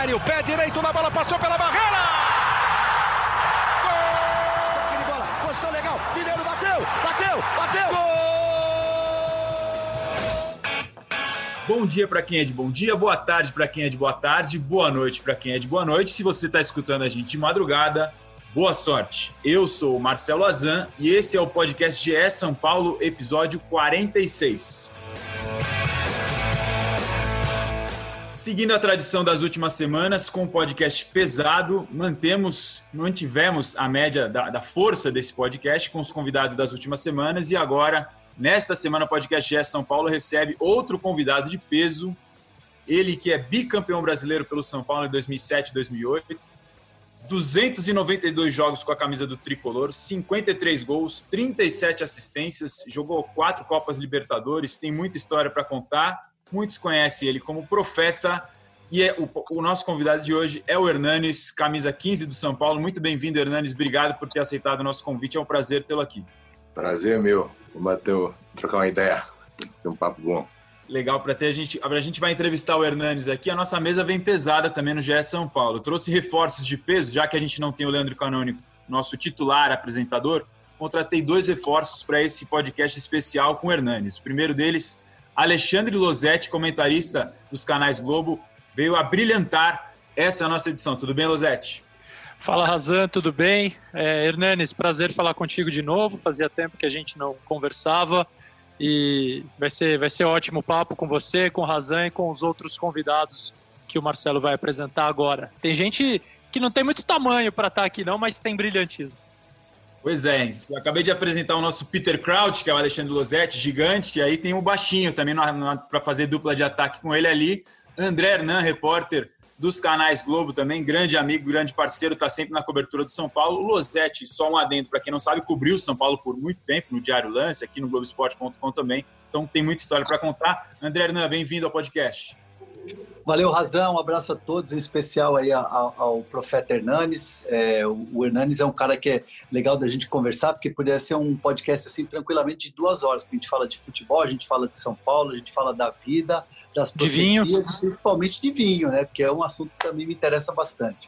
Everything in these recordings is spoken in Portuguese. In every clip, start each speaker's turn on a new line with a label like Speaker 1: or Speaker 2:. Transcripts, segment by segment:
Speaker 1: Romário, pé direito na bola, passou pela barreira! Gol! Bola, posição legal, Mineiro bateu! Gol!
Speaker 2: Bom dia para quem é de bom dia, boa tarde para quem é de boa tarde, boa noite para quem é de boa noite. Se você está escutando a gente de madrugada, boa sorte. Eu sou o Marcelo Azan e esse é o podcast GE São Paulo, episódio 46. Seguindo a tradição das últimas semanas, com um podcast pesado, mantivemos a média da força desse podcast com os convidados das últimas semanas e agora, nesta semana, o podcast GE São Paulo recebe outro convidado de peso, ele que é bicampeão brasileiro pelo São Paulo em 2007 e 2008, 292 jogos com a camisa do Tricolor, 53 gols, 37 assistências, jogou 4 Copas Libertadores, tem muita história para contar. Muitos conhecem ele como Profeta e o nosso convidado de hoje é o Hernanes, camisa 15 do São Paulo. Muito bem-vindo, Hernanes. Obrigado por ter aceitado o nosso convite. É um prazer tê-lo aqui.
Speaker 3: Prazer meu. Vamos trocar uma ideia. Ter um papo bom.
Speaker 2: Legal, a gente vai entrevistar o Hernanes aqui. A nossa mesa vem pesada também no GE São Paulo. Eu trouxe reforços de peso, já que a gente não tem o Leandro Canônico, nosso titular apresentador. Contratei 2 reforços para esse podcast especial com o Hernanes. O primeiro deles, Alexandre Losetti, comentarista dos canais Globo, veio a brilhantar essa nossa edição. Tudo bem, Losetti?
Speaker 4: Fala, Razan, tudo bem? Hernanes, prazer falar contigo de novo. Fazia tempo que a gente não conversava e vai ser ótimo papo com você, com o Razan e com os outros convidados que o Marcelo vai apresentar agora. Tem gente que não tem muito tamanho para estar aqui não, mas tem brilhantismo.
Speaker 2: Pois é, eu acabei de apresentar o nosso Peter Crouch, que é o Alexandre Losetti, gigante, e aí tem o baixinho também para fazer dupla de ataque com ele ali. André Hernan, repórter dos canais Globo também, grande amigo, grande parceiro, está sempre na cobertura do São Paulo. O Losetti, só um adendo, para quem não sabe, cobriu o São Paulo por muito tempo, no Diário Lance, aqui no Globoesporte.com também, então tem muita história para contar. André Hernan, bem-vindo ao podcast.
Speaker 5: Valeu, Razão, um abraço a todos, em especial aí ao Profeta Hernanes. O Hernanes é um cara que é legal da gente conversar, porque poderia ser um podcast assim tranquilamente de 2 horas, porque a gente fala de futebol, a gente fala de São Paulo, a gente fala da vida, das profecias, principalmente de vinho, né? Porque é um assunto que também me interessa bastante.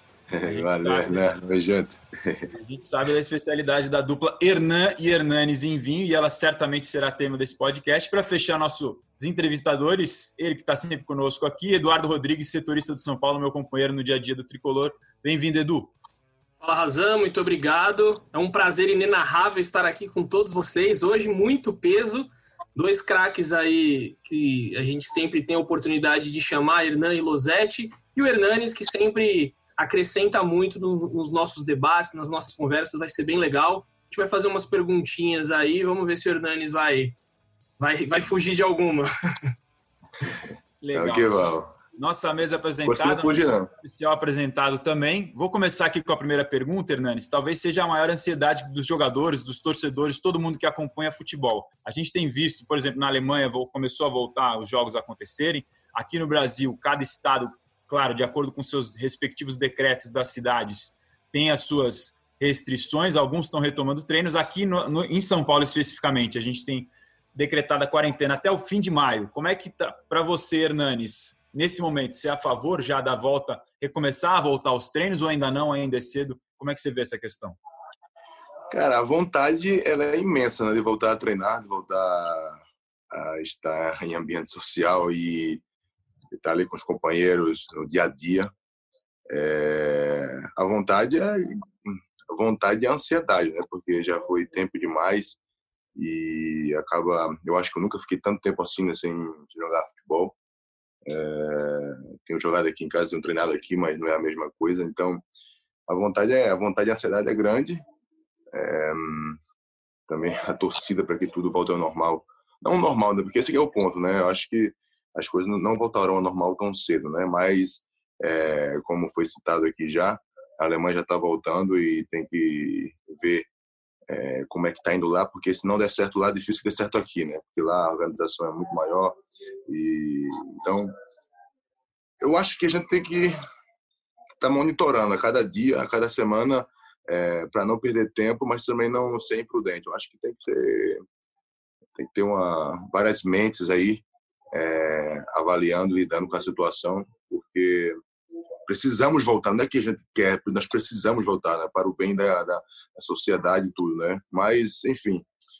Speaker 3: Valeu, né? Beijante.
Speaker 2: A gente sabe da especialidade da dupla Hernan e Hernanes em vinho e ela certamente será tema desse podcast. Para fechar nossos entrevistadores, ele que está sempre conosco aqui, Eduardo Rodrigues, setorista do São Paulo, meu companheiro no dia a dia do Tricolor. Bem-vindo, Edu.
Speaker 6: Fala, Razan, muito obrigado. É um prazer inenarrável estar aqui com todos vocês. Hoje, muito peso. 2 craques aí que a gente sempre tem a oportunidade de chamar, Hernan e Losetti. E o Hernanes, que sempre acrescenta muito nos nossos debates, nas nossas conversas, vai ser bem legal. A gente vai fazer umas perguntinhas aí, vamos ver se o Hernanes vai fugir de alguma.
Speaker 2: Legal.
Speaker 3: Que bom.
Speaker 2: Nossa mesa apresentada, nosso oficial apresentado também. Vou começar aqui com a primeira pergunta, Hernanes. Talvez seja a maior ansiedade dos jogadores, dos torcedores, todo mundo que acompanha futebol. A gente tem visto, por exemplo, na Alemanha começou a voltar os jogos a acontecerem. Aqui no Brasil, cada estado, claro, de acordo com seus respectivos decretos das cidades, tem as suas restrições. Alguns estão retomando treinos. Aqui em São Paulo, especificamente, a gente tem decretado a quarentena até o fim de maio. Como é que está para você, Hernanes? Nesse momento, você é a favor já da volta, recomeçar a voltar aos treinos ou ainda não, ainda é cedo? Como é que você vê essa questão?
Speaker 3: Cara, a vontade ela é imensa, né, de voltar a treinar, de voltar a estar em ambiente social e estar ali com os companheiros no dia a dia. A vontade é a ansiedade, né? Porque já foi tempo demais e eu acho que eu nunca fiquei tanto tempo assim sem jogar futebol. Tenho jogado aqui em casa, tenho treinado aqui, mas não é a mesma coisa. Então a vontade e a ansiedade é grande. Também a torcida para que tudo volte ao normal. Não normal, né? Porque esse é o ponto, né? Eu acho que as coisas não voltarão ao normal tão cedo, né? Mas como foi citado aqui já, a Alemanha já está voltando e tem que ver como é que está indo lá, porque se não der certo lá, é difícil que dê certo aqui, né? Porque lá a organização é muito maior. Então, eu acho que a gente tem que estar monitorando a cada dia, a cada semana, para não perder tempo, mas também não ser imprudente. Eu acho que tem que ter várias mentes aí avaliando, lidando com a situação, porque precisamos voltar, não é que a gente quer, nós precisamos voltar, né? Para o bem da sociedade e tudo, né? Mas, enfim,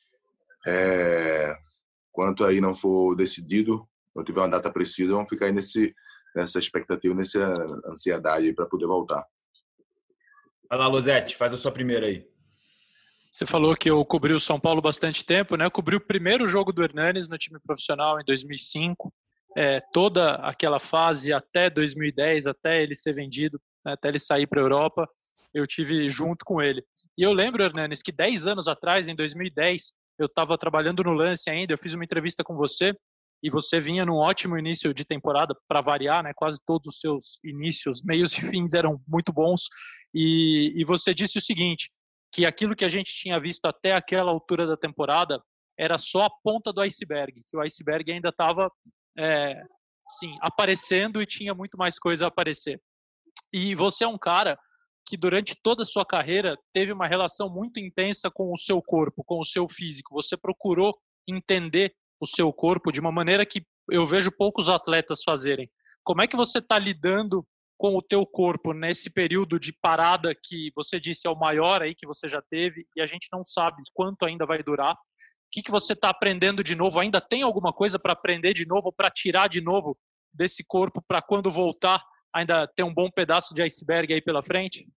Speaker 3: quanto aí não for decidido, não tiver uma data precisa, vamos ficar aí nessa expectativa, nessa ansiedade para poder voltar.
Speaker 2: Vai lá, Losetti, faz a sua primeira aí.
Speaker 4: Você falou que eu cobri o São Paulo bastante tempo, né? Eu cobri o primeiro jogo do Hernanes no time profissional em 2005, toda aquela fase até 2010, até ele ser vendido, né? Até ele sair para a Europa, eu tive junto com ele. E eu lembro, Hernanes, que 10 anos atrás, em 2010, eu estava trabalhando no Lance ainda, eu fiz uma entrevista com você, e você vinha num ótimo início de temporada, para variar, né? Quase todos os seus inícios, meios e fins eram muito bons, e você disse o seguinte, que aquilo que a gente tinha visto até aquela altura da temporada era só a ponta do iceberg, que o iceberg ainda estava aparecendo e tinha muito mais coisa a aparecer. E você é um cara que durante toda a sua carreira teve uma relação muito intensa com o seu corpo, com o seu físico. Você procurou entender o seu corpo de uma maneira que eu vejo poucos atletas fazerem. Como é que você está lidando com o teu corpo nesse período de parada que você disse é o maior aí que você já teve e a gente não sabe quanto ainda vai durar? O que você está aprendendo de novo? Ainda tem alguma coisa para aprender de novo, para tirar de novo desse corpo, para quando voltar ainda ter um bom pedaço de iceberg aí pela frente?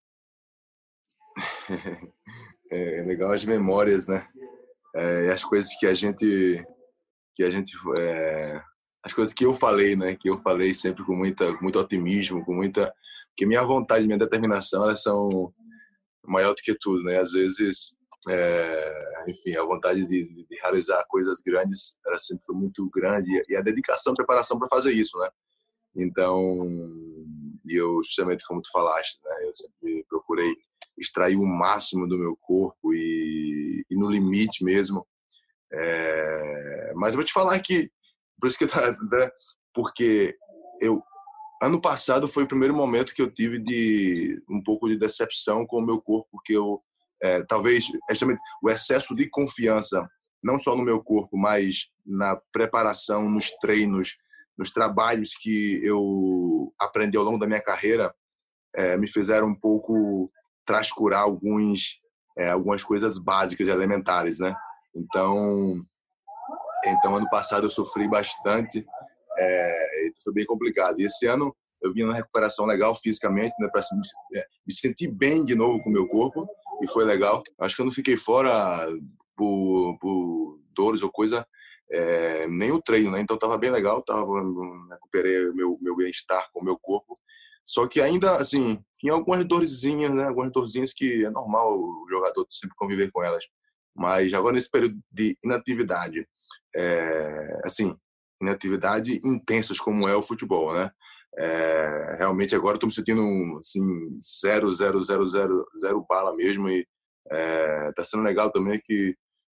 Speaker 3: É legal as memórias, né? E as coisas que a gente as coisas que eu falei, né? Que eu falei sempre com muito otimismo, porque minha vontade, minha determinação, elas são maior do que tudo, né? Às vezes, enfim, a vontade de realizar coisas grandes, ela sempre foi muito grande e a dedicação, a preparação para fazer isso, né? Então, eu justamente como tu falaste, né? Eu sempre procurei extrair o máximo do meu corpo e no limite mesmo. Mas eu vou te falar que por isso que porque ano passado foi o primeiro momento que eu tive de um pouco de decepção com o meu corpo, porque eu talvez justamente o excesso de confiança não só no meu corpo, mas na preparação, nos treinos, nos trabalhos que eu aprendi ao longo da minha carreira, me fizeram um pouco trascurar algumas coisas básicas, elementares, né? Então, ano passado eu sofri bastante, foi bem complicado. E esse ano eu vim numa recuperação legal fisicamente, né, para me sentir bem de novo com o meu corpo, e foi legal. Acho que eu não fiquei fora por dores ou coisa, nem o treino, né? Então estava bem legal, recuperei o meu bem-estar com o meu corpo. Só que ainda, assim, tinha algumas dorzinhas, né? Algumas dorzinhas que é normal o jogador sempre conviver com elas. Mas agora nesse período de inatividade, assim, inatividade intensas como é o futebol, né? Realmente agora estou me sentindo assim, zero bala mesmo, e tá sendo legal também que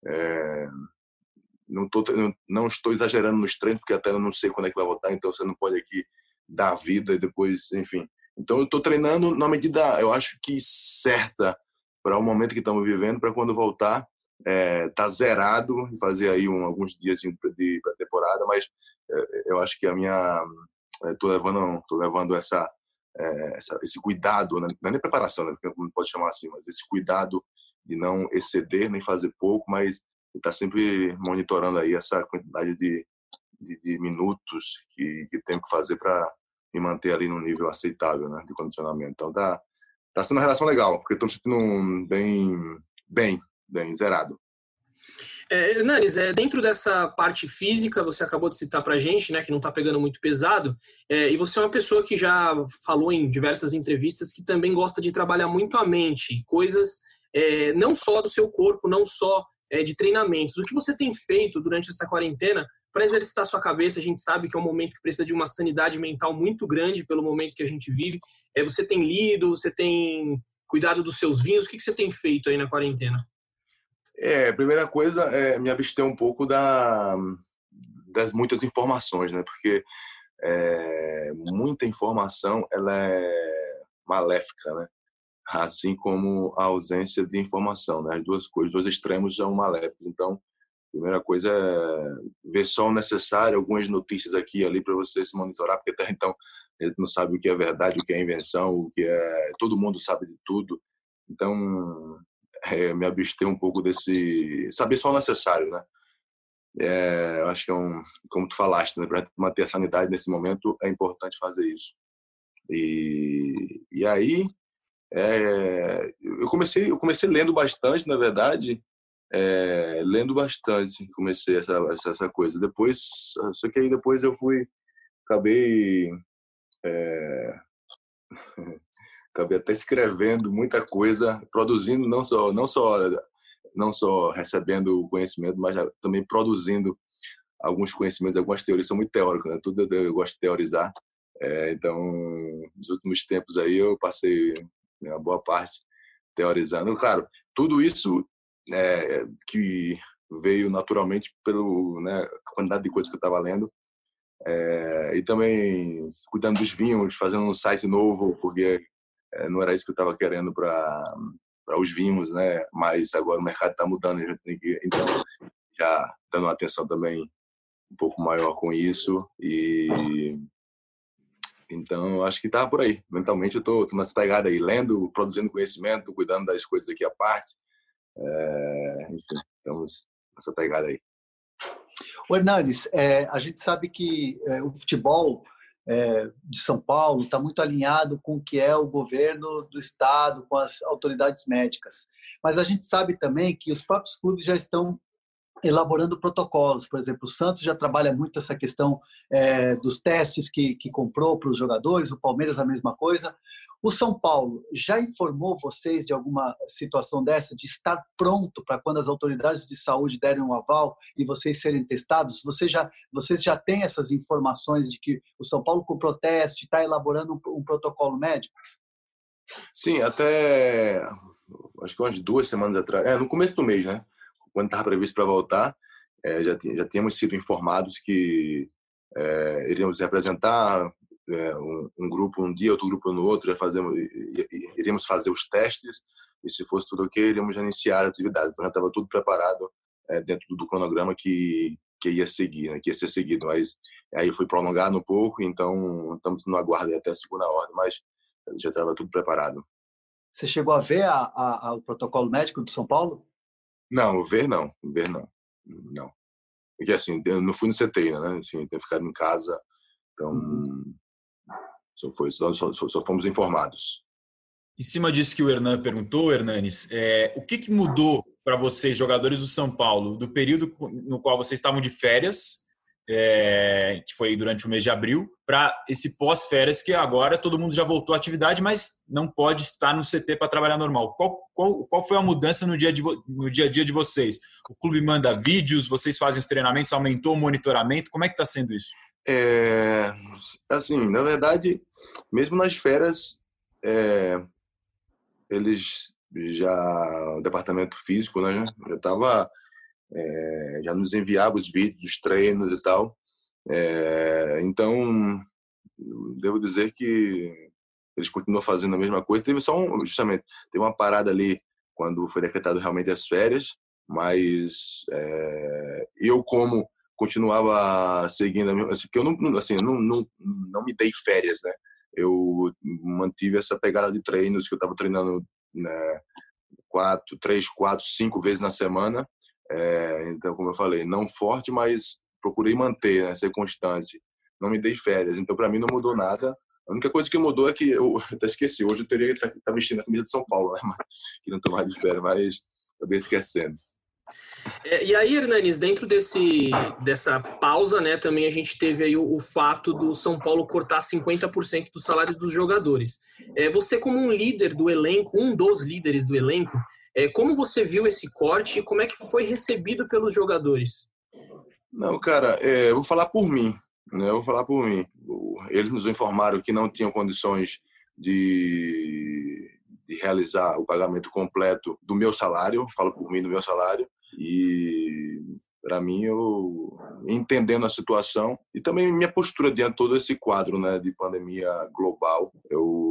Speaker 3: não estou exagerando nos treinos, porque até eu não sei quando é que vai voltar, então você não pode aqui dar vida e depois, enfim. Então eu estou treinando na medida, eu acho que certa para o momento que estamos vivendo, para quando voltar tá zerado e fazer aí alguns dias de pré-temporada, mas eu acho que tô levando esse cuidado, né? Não é nem preparação, né? Porque não pode chamar assim, mas esse cuidado de não exceder nem fazer pouco, mas está sempre monitorando aí essa quantidade de minutos que tenho que fazer para me manter ali num nível aceitável, né, de condicionamento. Então tá sendo uma relação legal, porque estou me sentindo bem zerado.
Speaker 6: Hernanes, dentro dessa parte física, você acabou de citar para a gente, né, que não está pegando muito pesado, e você é uma pessoa que já falou em diversas entrevistas que também gosta de trabalhar muito a mente, coisas não só do seu corpo, não só de treinamentos. O que você tem feito durante essa quarentena para exercitar sua cabeça? A gente sabe que é um momento que precisa de uma sanidade mental muito grande pelo momento que a gente vive. Você tem lido, você tem cuidado dos seus vinhos, o que você tem feito aí na quarentena?
Speaker 3: A primeira coisa é me abster um pouco das muitas informações, né? Porque muita informação ela é maléfica, né? Assim como a ausência de informação, né? As duas coisas, os dois extremos são maléficos. Então, a primeira coisa é ver só o necessário, algumas notícias aqui e ali para você se monitorar, porque até então a gente não sabe o que é verdade, o que é invenção, o que é... Todo mundo sabe de tudo. Então, me abster um pouco desse... Saber só o necessário, né? Eu acho que como tu falaste, né? Para manter a sanidade nesse momento, é importante fazer isso. E aí, eu comecei lendo bastante, na verdade, lendo bastante, comecei essa coisa. Só que aí depois eu acabei até escrevendo muita coisa, produzindo não só recebendo conhecimento, mas também produzindo alguns conhecimentos, algumas teorias. São muito teóricas, né? Tudo eu gosto de teorizar. Então, nos últimos tempos aí eu passei uma boa parte teorizando. Claro, tudo isso que veio naturalmente pela quantidade de coisas que eu estava lendo. E também cuidando dos vinhos, fazendo um site novo, porque não era isso que eu estava querendo para os vinhos, né? Mas agora o mercado está mudando, a gente tem que, então, já dando uma atenção também um pouco maior com isso. E então, eu acho que tá por aí. Mentalmente, eu tô nessa pegada aí, lendo, produzindo conhecimento, cuidando das coisas aqui à parte. Enfim, estamos nessa pegada aí.
Speaker 5: O Hernanes, a gente sabe que o futebol de São Paulo está muito alinhado com o que é o governo do estado, com as autoridades médicas. Mas a gente sabe também que os próprios clubes já estão elaborando protocolos. Por exemplo, o Santos já trabalha muito essa questão dos testes que comprou para os jogadores, o Palmeiras a mesma coisa. O São Paulo já informou vocês de alguma situação dessa, de estar pronto para quando as autoridades de saúde derem um aval e vocês serem testados? Vocês já têm essas informações de que o São Paulo comprou teste, está elaborando um protocolo médico?
Speaker 3: Sim, até acho que umas 2 semanas atrás, no começo do mês, né? Quando estava previsto para voltar, já tínhamos sido informados que iríamos representar um grupo um dia, outro grupo no outro, iríamos fazer os testes, e se fosse tudo ok, iríamos iniciar a atividade. Então já estava tudo preparado dentro do cronograma que ia seguir, né, que ia ser seguido, mas aí foi prolongado um pouco, então estamos no aguardo até a segunda ordem, mas já estava tudo preparado.
Speaker 5: Você chegou a ver o protocolo médico de São Paulo?
Speaker 3: Não, ver não. Porque assim, eu não fui no CT, né? Assim, tenho ficado em casa, então só fomos informados.
Speaker 2: Em cima disso que o Hernan perguntou, Hernanes, o que mudou para vocês, jogadores do São Paulo, do período no qual vocês estavam de férias, que foi durante o mês de abril, para esse pós-férias, que agora todo mundo já voltou à atividade, mas não pode estar no CT para trabalhar normal. Qual foi a mudança no dia a dia de vocês? O clube manda vídeos, vocês fazem os treinamentos, aumentou o monitoramento? Como é que está sendo isso?
Speaker 3: Assim, na verdade, mesmo nas férias, eles o departamento físico, né, já nos enviava os vídeos, os treinos e tal. Então, devo dizer que eles continuam fazendo a mesma coisa. Teve justamente, teve uma parada ali quando foi decretado realmente as férias, mas eu como continuava seguindo a mesma, porque eu não me dei férias, né? Eu mantive essa pegada de treinos que eu estava treinando, né, 3, 4, 5 vezes na semana. Então, como eu falei, não forte, mas procurei manter, né, ser constante. Não me dei férias, então para mim não mudou nada. A única coisa que mudou é que eu até esqueci, hoje eu teria que estar vestindo a camisa de São Paulo, né, que não estou mais de férias, mas acabei esquecendo.
Speaker 6: E aí, Hernanes, dentro dessa pausa, né, também a gente teve aí o fato do São Paulo cortar 50% dos salários dos jogadores. Você, como um líder do elenco, um dos líderes do elenco, como você viu esse corte e como é que foi recebido pelos jogadores?
Speaker 3: Não, cara, eu vou falar por mim, né? Eles nos informaram que não tinham condições de realizar o pagamento completo do meu salário, falo por mim, do meu salário. E para mim, eu entendendo a situação e também minha postura diante de todo esse quadro, né, de pandemia global, eu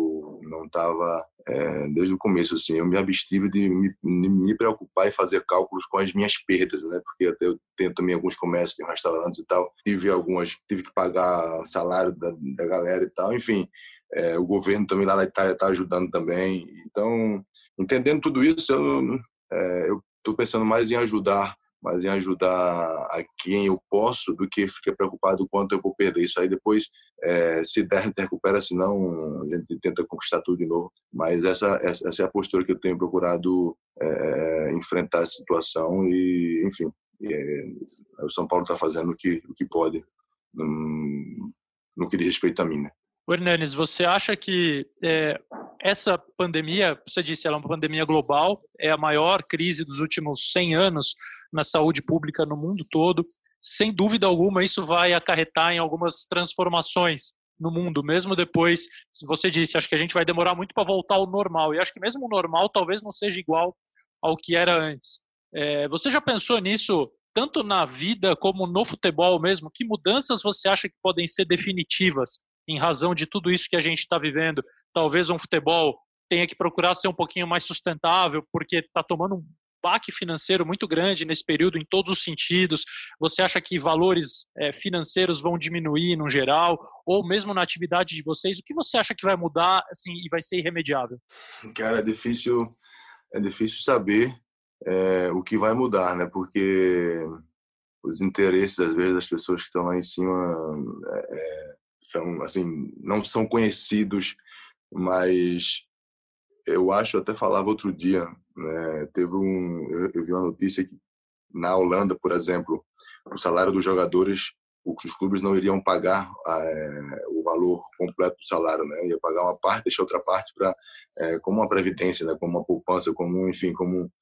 Speaker 3: não estava desde o começo, assim, eu me abstive de me preocupar e fazer cálculos com as minhas perdas, né? Porque eu tenho também alguns comércios, tenho restaurantes e tal, tive que pagar salário da galera e tal, enfim, o governo também lá na Itália está ajudando também, então, entendendo tudo isso, eu estou pensando mais em ajudar a quem eu posso do que ficar preocupado quanto eu vou perder. Isso aí depois, se der, a gente recupera, se não, a gente tenta conquistar tudo de novo. Mas essa é a postura que eu tenho procurado enfrentar a situação e, enfim, o São Paulo está fazendo o que pode no que diz respeito a mim, né?
Speaker 4: Hernanes, você acha que essa pandemia, você disse, ela é uma pandemia global, é a maior crise dos últimos 100 anos na saúde pública no mundo todo. Sem dúvida alguma, isso vai acarretar em algumas transformações no mundo, mesmo depois, você disse, acho que a gente vai demorar muito para voltar ao normal, e acho que mesmo o normal talvez não seja igual ao que era antes. Você já pensou nisso, tanto na vida como no futebol mesmo? Que mudanças você acha que podem ser definitivas em razão de tudo isso que a gente está vivendo? Talvez um futebol tenha que procurar ser um pouquinho mais sustentável, porque está tomando um baque financeiro muito grande nesse período, em todos os sentidos. Você acha que valores financeiros vão diminuir no geral, ou mesmo na atividade de vocês? O que você acha que vai mudar assim, e vai ser irremediável?
Speaker 3: Cara, é difícil saber o que vai mudar, né? Porque os interesses, às vezes, das pessoas que estão lá em cima são, assim, não são conhecidos, mas eu acho, até falava outro dia, né, eu vi uma notícia que na Holanda, por exemplo, o salário dos jogadores, os clubes não iriam pagar o valor completo do salário, né? Ia pagar uma parte, deixar outra parte para como uma previdência, né? Como uma poupança, como, enfim, como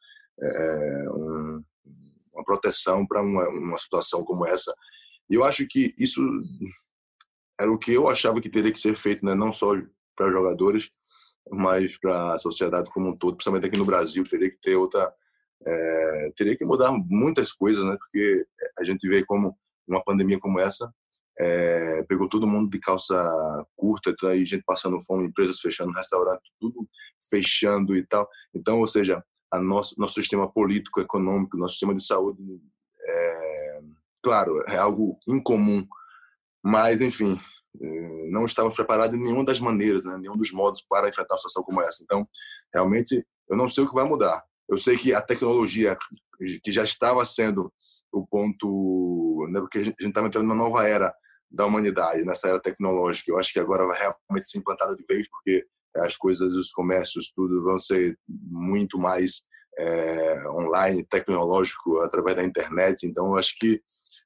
Speaker 3: uma proteção para uma situação como essa. E eu acho que isso era o que eu achava que teria que ser feito, né? Não só para jogadores, mas para a sociedade como um todo, principalmente aqui no Brasil, teria que ter teria que mudar muitas coisas, né? Porque a gente vê como uma pandemia como essa pegou todo mundo de calça curta, tá aí gente passando fome, empresas fechando, restaurante, tudo fechando e tal. Então, ou seja, nosso sistema político, econômico, nosso sistema de saúde, claro, é algo incomum, mas, enfim, não estava preparado de nenhuma das maneiras, né? Nenhum dos modos para enfrentar uma situação como essa. Então, realmente, eu não sei o que vai mudar. Eu sei que a tecnologia, que já estava sendo o ponto, né? Porque a gente estava entrando numa nova era da humanidade, nessa era tecnológica. Eu acho que agora vai realmente ser implantada de vez, porque as coisas, os comércios, tudo vão ser muito mais online, tecnológico, através da internet. Então, eu acho que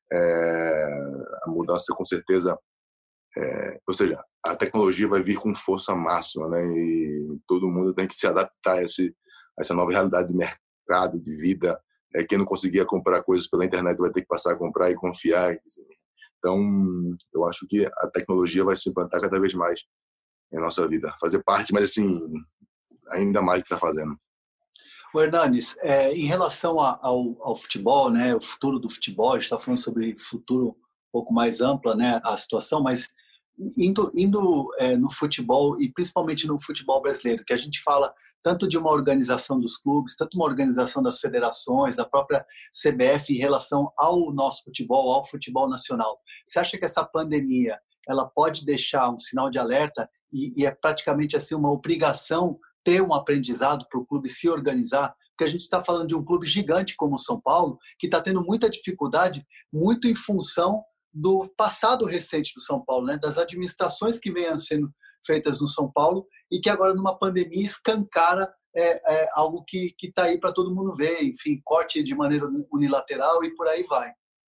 Speaker 3: a mudança, com certeza, ou seja, a tecnologia vai vir com força máxima, né? E todo mundo tem que se adaptar a essa nova realidade de mercado, de vida. Quem não conseguia comprar coisas pela internet vai ter que passar a comprar e confiar. Então, eu acho que a tecnologia vai se implantar cada vez mais em nossa vida, fazer parte, mas assim, ainda mais do que está fazendo.
Speaker 5: O Hernanes, em relação ao futebol, né, o futuro do futebol, a gente está falando sobre futuro um pouco mais ampla, né, a situação, mas indo no futebol, e principalmente no futebol brasileiro, que a gente fala tanto de uma organização dos clubes, tanto uma organização das federações, da própria CBF em relação ao nosso futebol, ao futebol nacional. Você acha que essa pandemia ela pode deixar um sinal de alerta e é praticamente assim uma obrigação ter um aprendizado para o clube se organizar? Porque a gente está falando de um clube gigante como o São Paulo, que está tendo muita dificuldade, muito em função do passado recente do São Paulo, né? Das administrações que vêm sendo feitas no São Paulo e que agora numa pandemia escancara algo que está aí para todo mundo ver, enfim, corte de maneira unilateral e por aí vai.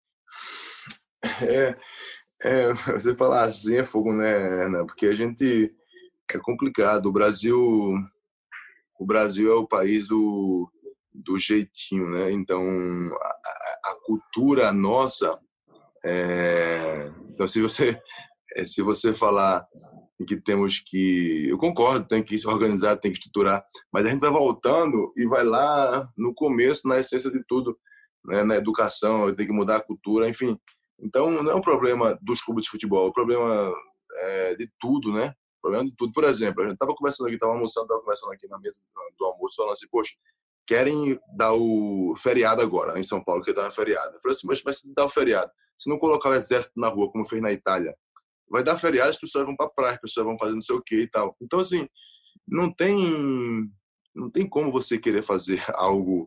Speaker 3: Você falar assim é fogo, né, Ana? Porque a gente é complicado. O Brasil é o país do jeitinho, né? Então a cultura nossa. Então, se você falar que temos que... Eu concordo, tem que se organizar, tem que estruturar, mas a gente vai voltando e vai lá no começo, na essência de tudo, né? Na educação, tem que mudar a cultura, enfim. Então, não é um problema dos clubes de futebol, é um problema de tudo, né? problema de tudo. Por exemplo, a gente estava conversando aqui na mesa do almoço, falando assim, poxa, querem dar o feriado agora, em São Paulo, que dá um feriado. Eu falei assim, mas se dá o feriado, se não colocar o exército na rua, como fez na Itália, vai dar feriado, as pessoas vão para a praia, as pessoas vão fazer não sei o que e tal. Então, assim, não tem como você querer fazer algo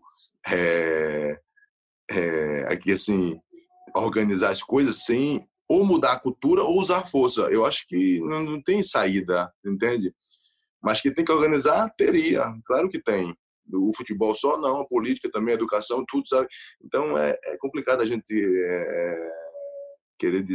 Speaker 3: aqui, assim, organizar as coisas sem ou mudar a cultura ou usar força. Eu acho que não tem saída, entende? Mas que tem que organizar, teria. Claro que tem. O futebol só não, a política também, a educação, tudo, sabe? Então, é complicado a gente querer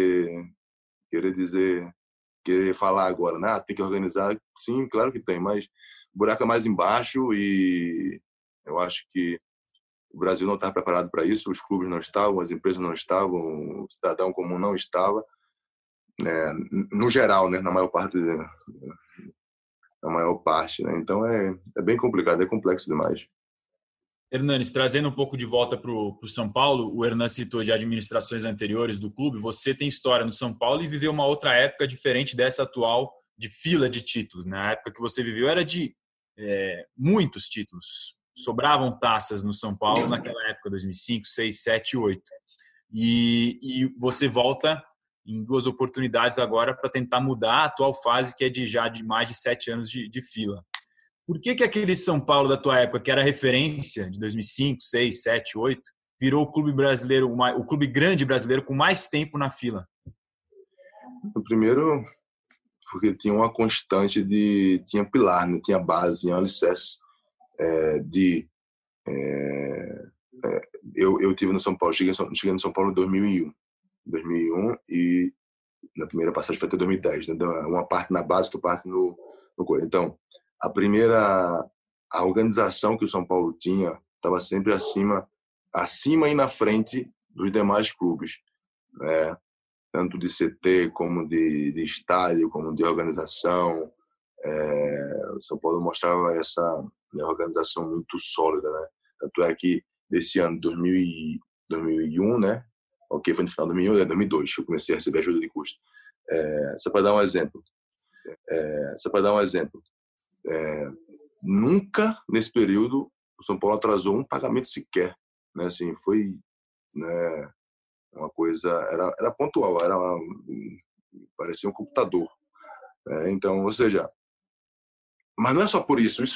Speaker 3: falar agora, né? Tem que organizar. Sim, claro que tem, mas o buraco é mais embaixo e eu acho que o Brasil não está preparado para isso, os clubes não estavam, as empresas não estavam, o cidadão comum não estava, no geral, né? Na maior parte, né? Então é bem complicado, é complexo demais.
Speaker 2: Hernanes, trazendo um pouco de volta para o São Paulo, o Hernan citou de administrações anteriores do clube, você tem história no São Paulo e viveu uma outra época diferente dessa atual de fila de títulos. Na época que você viveu era de muitos títulos, sobravam taças no São Paulo naquela época, 2005, 2006, 2007, 2008. E você volta em 2 oportunidades agora para tentar mudar a atual fase, que é de mais de 7 anos de fila. Por que aquele São Paulo da tua época, que era referência de 2005, 2006, 2007, 2008, virou o clube brasileiro, o clube grande brasileiro com mais tempo na fila?
Speaker 3: Primeiro, porque tinha uma constante tinha pilar, não tinha base, tinha alicerce eu tive no São Paulo, cheguei no São Paulo em 2001 e na primeira passagem foi até 2010, né? Uma parte na base, outra parte no então a organização que o São Paulo tinha estava sempre acima e na frente dos demais clubes, né? Tanto de CT como de estádio, como de organização. O São Paulo mostrava essa organização muito sólida, né? Tanto é que desse ano 2001, né? Ok, foi no final de 2001, 2002 que eu comecei a receber ajuda de custo. Só para dar um exemplo. Nunca nesse período o São Paulo atrasou um pagamento sequer, né? Assim, foi, né, uma coisa, era pontual, parecia um computador, né? Então, ou seja, mas não é só por isso,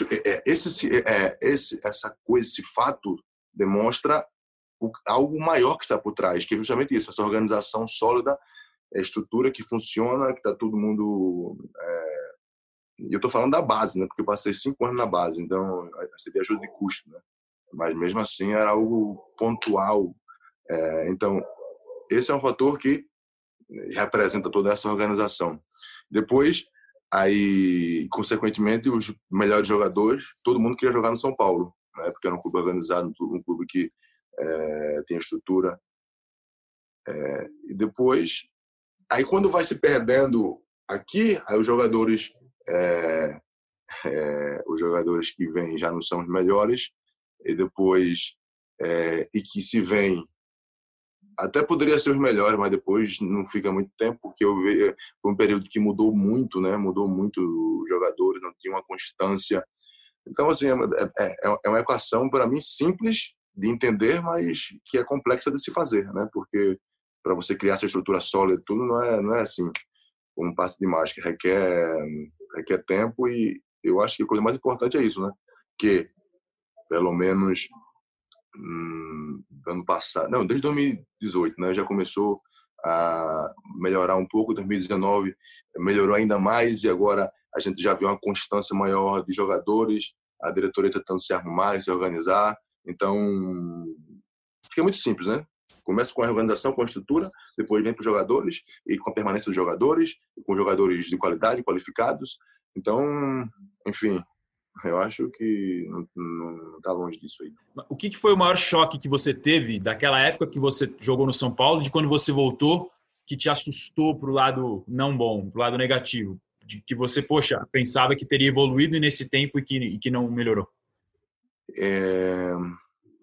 Speaker 3: essa coisa, esse fato demonstra algo maior que está por trás, que é justamente isso, essa organização sólida, estrutura que funciona, que está todo mundo... E eu estou falando da base, né? Porque eu passei 5 anos na base, então eu recebi ajuda de custo, né? Mas mesmo assim era algo pontual. Então, esse é um fator que representa toda essa organização. Depois, aí, consequentemente, os melhores jogadores, todo mundo queria jogar no São Paulo, né? Porque era um clube organizado, um clube que tem estrutura. E depois, aí quando vai se perdendo aqui, aí os jogadores que vêm já não são os melhores, e depois e que se vêm até poderia ser os melhores, mas depois não fica muito tempo, porque foi um período que mudou muito, né? Mudou muito os jogadores, não tinha uma constância. Então, assim, é uma equação, para mim, simples de entender, mas que é complexa de se fazer, né? Porque para você criar essa estrutura sólida, tudo não é assim, um passe de mágica, requer tempo, e eu acho que a coisa mais importante é isso, né? Que, pelo menos, ano passado, não, desde 2018, né? Já começou a melhorar um pouco, 2019 melhorou ainda mais, e agora a gente já viu uma constância maior de jogadores, a diretoria tentando se arrumar, se organizar. Então, fica muito simples, né? Começa com a organização, com a estrutura, depois vem para os jogadores, e com a permanência dos jogadores, com jogadores de qualidade, qualificados. Então, enfim, eu acho que não está longe disso aí.
Speaker 2: O que foi o maior choque que você teve daquela época que você jogou no São Paulo, de quando você voltou, que te assustou para o lado não bom, para o lado negativo? De que você, poxa, pensava que teria evoluído nesse tempo e que não melhorou?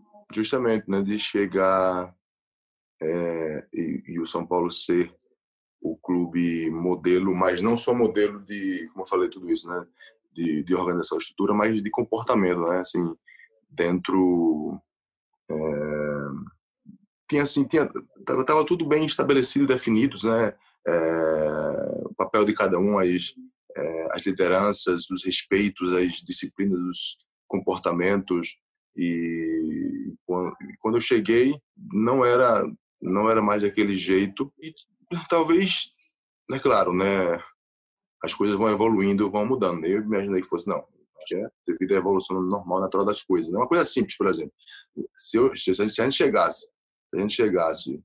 Speaker 3: Justamente, né, de chegar e o São Paulo ser o clube modelo, mas não só modelo de, como eu falei, tudo isso, né? De organização, estrutura, mas de comportamento, né? Assim, dentro... Tava tudo bem estabelecido, definidos, né? O papel de cada um, as lideranças, os respeitos, as disciplinas, os comportamentos. E quando eu cheguei, não era mais daquele jeito. E talvez, é claro, né? As coisas vão evoluindo, vão mudando. Eu imaginei que fosse, não. Devido à evolução normal, natural das coisas. Uma coisa simples, por exemplo. Se a gente chegasse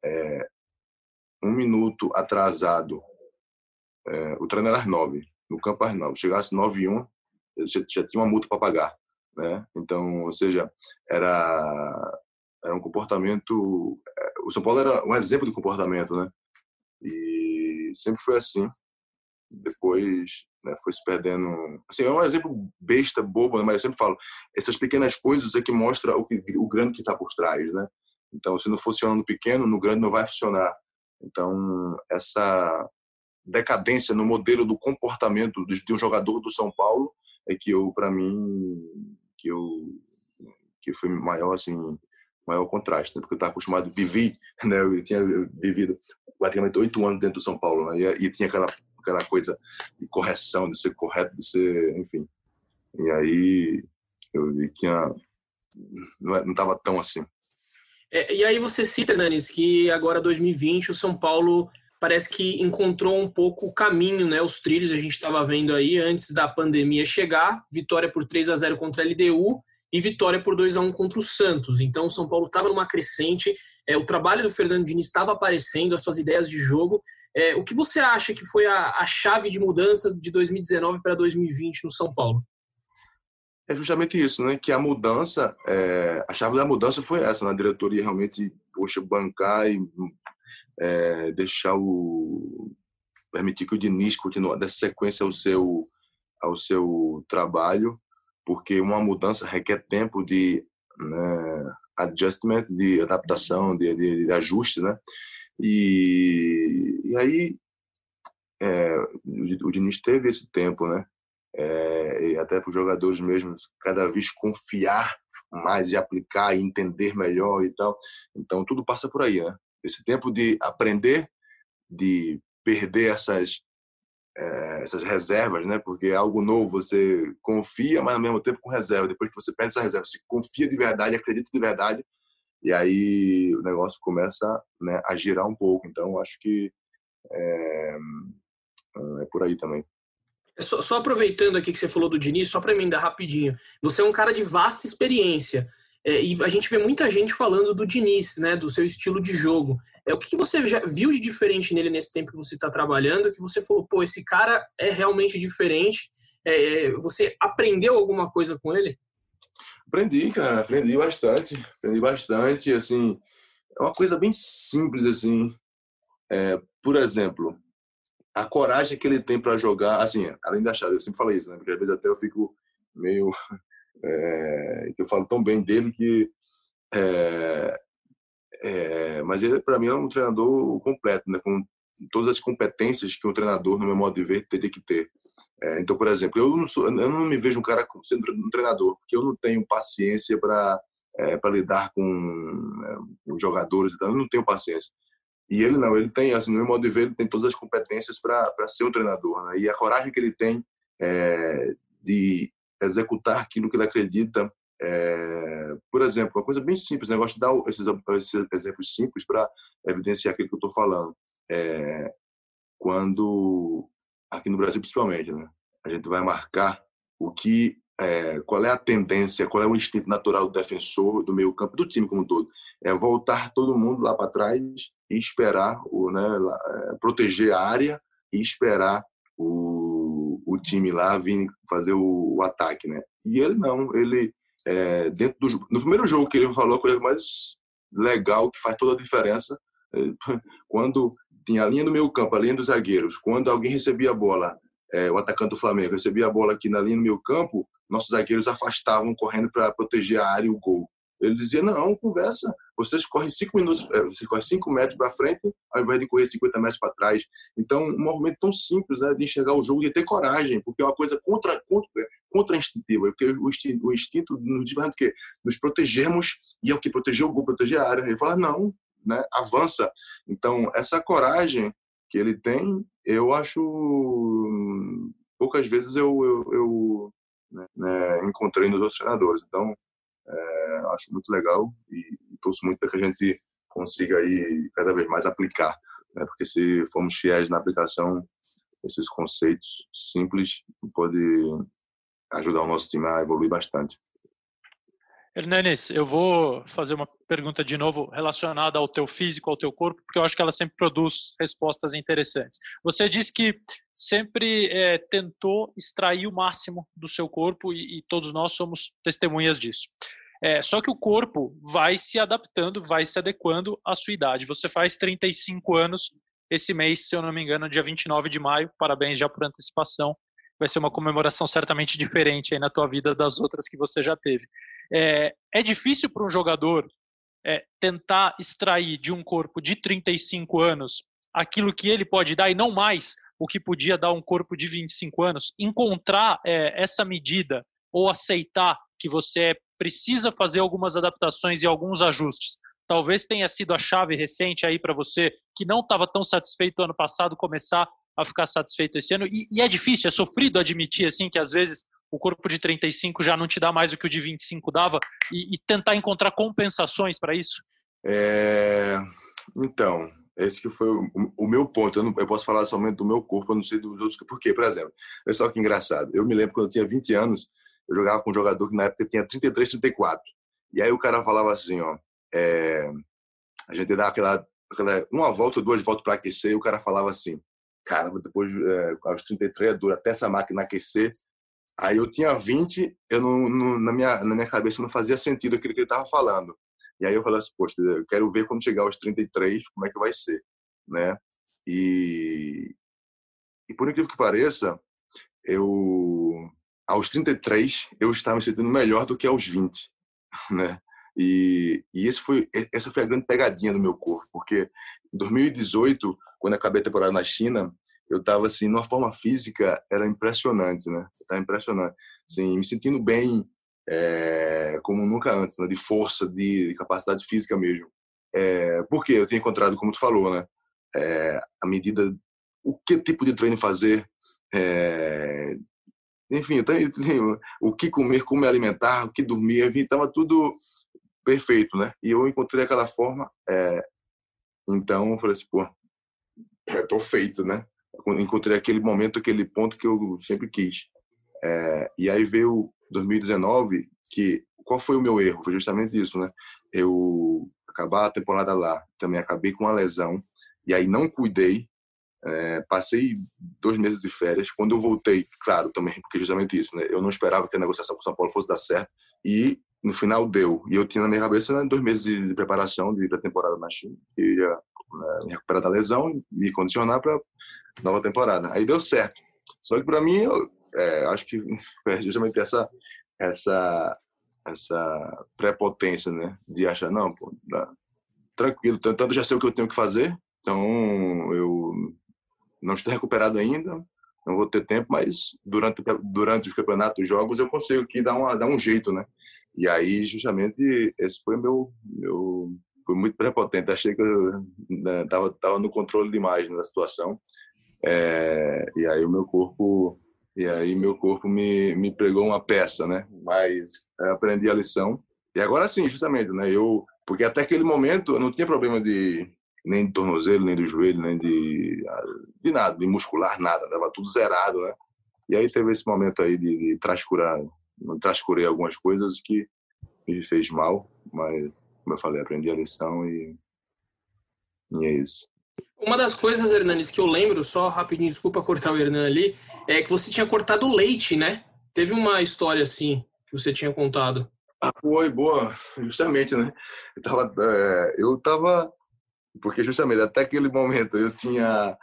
Speaker 3: 1 minuto atrasado, o treino era às 9, no campo às 9, chegasse 9h01, já tinha uma multa para pagar, né? Então, ou seja, era um comportamento... O São Paulo era um exemplo de comportamento, né? E sempre foi assim. Depois, né, foi se perdendo. Assim, é um exemplo besta, bobo, mas eu sempre falo, essas pequenas coisas é que mostra o grande que está por trás, né? Então, se não funciona no pequeno, no grande não vai funcionar. Então, essa decadência no modelo do comportamento de um jogador do São Paulo é que para mim, que foi maior, assim, maior contraste, né? Porque eu estava acostumado, né? Eu tinha vivido praticamente 8 anos dentro do São Paulo, né? E tinha aquela coisa de correção, de ser correto, de ser, enfim. E aí eu vi que não estava tão assim.
Speaker 6: E aí você cita, Hernanes, que agora 2020 o São Paulo parece que encontrou um pouco o caminho, né? Os trilhos a gente estava vendo aí antes da pandemia chegar, vitória por 3-0 contra a LDU e vitória por 2-1 contra o Santos. Então o São Paulo estava numa crescente, o trabalho do Fernando Diniz estava aparecendo, as suas ideias de jogo. O que você acha que foi a chave de mudança de 2019 para 2020 no São Paulo?
Speaker 3: É justamente isso, né? Que a mudança, a chave da mudança foi essa, na diretoria realmente, bancar e permitir que o Diniz continue dessa sequência ao seu trabalho, porque uma mudança requer tempo de, né, adjustment, de adaptação, de ajuste, né? E aí o Diniz teve esse tempo, né? E até para os jogadores mesmos cada vez confiar mais e aplicar e entender melhor e tal. Então tudo passa por aí, né? Esse tempo de aprender, de perder essas reservas, né? Porque é algo novo, você confia, mas ao mesmo tempo com reserva. Depois que você perde essa reserva, você confia de verdade, acredita de verdade, e aí o negócio começa, né, a girar um pouco. Então acho que é por aí também.
Speaker 6: Só aproveitando aqui que você falou do Diniz, só para emendar rapidinho. Você é um cara de vasta experiência. E a gente vê muita gente falando do Diniz, né, do seu estilo de jogo. O que você já viu de diferente nele nesse tempo que você está trabalhando, que você falou, pô, esse cara é realmente diferente? Você aprendeu alguma coisa com ele?
Speaker 3: Aprendi, cara, aprendi bastante, assim, é uma coisa bem simples, assim, por exemplo, a coragem que ele tem para jogar, assim, além da chave, eu sempre falei isso, né, porque às vezes até eu fico meio, eu falo tão bem dele que, mas ele, para mim, é um treinador completo, né, com todas as competências que um treinador, no meu modo de ver, teria que ter. Então, por exemplo, eu não me vejo um cara sendo um treinador, porque eu não tenho paciência para lidar com jogadores, então eu não tenho paciência. E ele não, ele tem, assim, no meu modo de ver, ele tem todas as competências para ser um treinador, né? E a coragem que ele tem de executar aquilo que ele acredita. Por exemplo, uma coisa bem simples, né? Eu gosto de dar esses exemplos simples para evidenciar aquilo que eu estou falando. Quando, aqui no Brasil principalmente, né, a gente vai marcar qual é a tendência, qual é o instinto natural do defensor, do meio campo, do time como um todo. É voltar todo mundo lá para trás e esperar, proteger a área e esperar o time lá vir fazer o ataque, né? E ele não, ele no primeiro jogo que ele falou, a coisa mais legal, que faz toda a diferença, quando tinha a linha do meio campo, a linha dos zagueiros, quando alguém recebia a bola, o atacante do Flamengo recebia a bola aqui na linha do meio campo, nossos zagueiros afastavam correndo para proteger a área e o gol. Ele dizia, não, conversa, Você corre 5 minutos, você corre 5 metros para frente, ao invés de correr 50 metros para trás. Então, um movimento tão simples, né, de enxergar o jogo e ter coragem, porque é uma coisa contra-instintiva, porque o instinto nos diz mais do que nos protegermos, e é o que proteger o gol, proteger a área. Ele fala, não, né, avança. Então, essa coragem que ele tem, eu acho, poucas vezes eu encontrei nos outros treinadores. Então, acho muito legal e torço muito para que a gente consiga aí cada vez mais aplicar, né? Porque se formos fiéis na aplicação, esses conceitos simples pode ajudar o nosso time a evoluir bastante.
Speaker 4: Hernanes, eu vou fazer uma pergunta de novo relacionada ao teu físico, ao teu corpo, porque eu acho que ela sempre produz respostas interessantes. Você disse que sempre tentou extrair o máximo do seu corpo e todos nós somos testemunhas disso. Só que o corpo vai se adaptando, vai se adequando à sua idade. Você faz 35 anos esse mês, se eu não me engano, dia 29 de maio. Parabéns já por antecipação. Vai ser uma comemoração certamente diferente aí na tua vida das outras que você já teve. É difícil para um jogador tentar extrair de um corpo de 35 anos aquilo que ele pode dar e não mais o que podia dar um corpo de 25 anos, encontrar essa medida ou aceitar que você precisa fazer algumas adaptações e alguns ajustes. Talvez tenha sido a chave recente aí para você, que não estava tão satisfeito ano passado, começar a ficar satisfeito esse ano. E é difícil, é sofrido admitir assim, que às vezes o corpo de 35 já não te dá mais o que o de 25 dava e tentar encontrar compensações para isso?
Speaker 3: Então, esse que foi o meu ponto. Eu posso falar somente do meu corpo, eu não sei dos outros. Por quê? Por exemplo, olha só que engraçado. Eu me lembro quando eu tinha 20 anos, eu jogava com um jogador que na época tinha 33, 34. E aí o cara falava assim, ó, a gente dava aquela uma volta, 2 voltas para aquecer, e o cara falava assim, cara, depois aos 33 é duro, até essa máquina aquecer. Aí eu tinha 20, na minha cabeça não fazia sentido aquilo que ele estava falando. E aí eu falei assim, poxa, eu quero ver quando chegar aos 33, como é que vai ser, né? E por incrível que pareça, aos 33, eu estava me sentindo melhor do que aos 20, né? E essa foi a grande pegadinha do meu corpo, porque em 2018, quando eu acabei a temporada na China, eu estava assim, numa forma física, era impressionante, né? Estava impressionante, assim, me sentindo bem, como nunca antes, né? De força, de capacidade física mesmo. Porque eu tinha encontrado, como tu falou, né? A medida, que tipo de treino fazer, enfim, o que comer, como me alimentar, o que dormir, enfim, estava tudo perfeito, né? E eu encontrei aquela forma, então eu falei assim, pô, tô feito, né? Encontrei aquele momento, aquele ponto que eu sempre quis. E aí veio 2019, qual foi o meu erro? Foi justamente isso, né? Eu acabar a temporada lá, também acabei com uma lesão, e aí não cuidei, passei 2 meses de férias. Quando eu voltei, claro, também, porque justamente isso, né? Eu não esperava que a negociação com o São Paulo fosse dar certo, e no final deu. E eu tinha na minha cabeça, né, 2 meses de preparação de pré-temporada na China, que ia me recuperar da lesão e condicionar para nova temporada. Aí deu certo. Só que para mim, acho que é justamente essa prepotência, né, de achar, não, pô, tranquilo, tanto já sei o que eu tenho que fazer, então eu não estou recuperado ainda, não vou ter tempo, mas durante os campeonatos, os jogos, eu consigo aqui dar um jeito, né? E aí, justamente, esse foi foi muito prepotente. Achei que eu tava no controle demais, né, da situação. E aí meu corpo me pregou uma peça, né? Mas eu aprendi a lição. E agora sim, justamente, né? Porque até aquele momento eu não tinha problema nem de tornozelo, nem de joelho, nem de nada, de muscular, nada. Tava tudo zerado, né? E aí teve esse momento aí de trascurei algumas coisas que me fez mal, mas, como eu falei, aprendi a lição e é isso.
Speaker 6: Uma das coisas, Hernanes, que eu lembro, só rapidinho, desculpa cortar o Hernan ali, é que você tinha cortado leite, né? Teve uma história assim que você tinha contado.
Speaker 3: Foi, boa, justamente, né? Eu tava, porque justamente até aquele momento eu tinha,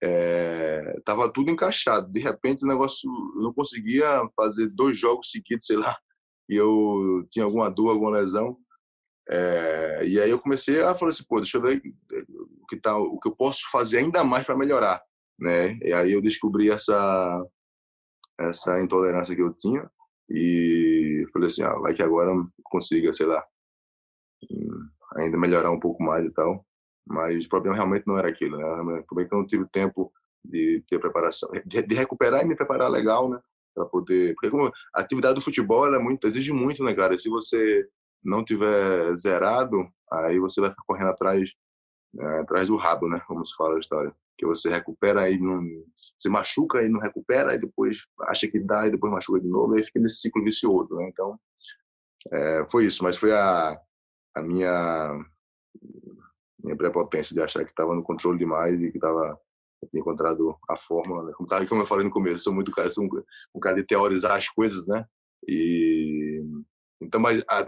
Speaker 3: tava tudo encaixado. De repente o negócio, eu não conseguia fazer 2 jogos seguidos, sei lá, e eu tinha alguma dor, alguma lesão. E aí eu comecei a falar assim, pô, deixa eu ver o que eu posso fazer ainda mais para melhorar, né? E aí eu descobri essa intolerância que eu tinha e falei assim, vai que agora eu consiga, sei lá, ainda melhorar um pouco mais e tal. Mas o problema realmente não era aquilo, né? O problema é que eu não tive tempo de ter preparação, de recuperar e me preparar legal, né? Para poder, porque como a atividade do futebol ela exige muito, né, cara? Se você não tiver zerado, aí você vai ficar correndo atrás do rabo, né? Como se fala a história. Que você recupera e não... Você machuca e não recupera, e depois acha que dá e depois machuca de novo, e aí fica nesse ciclo vicioso, né? Então, foi isso. Mas foi a minha prepotência de achar que estava no controle demais e que tinha encontrado a fórmula, né? Como eu falei no começo, sou um cara de teorizar as coisas, né? Então, mas a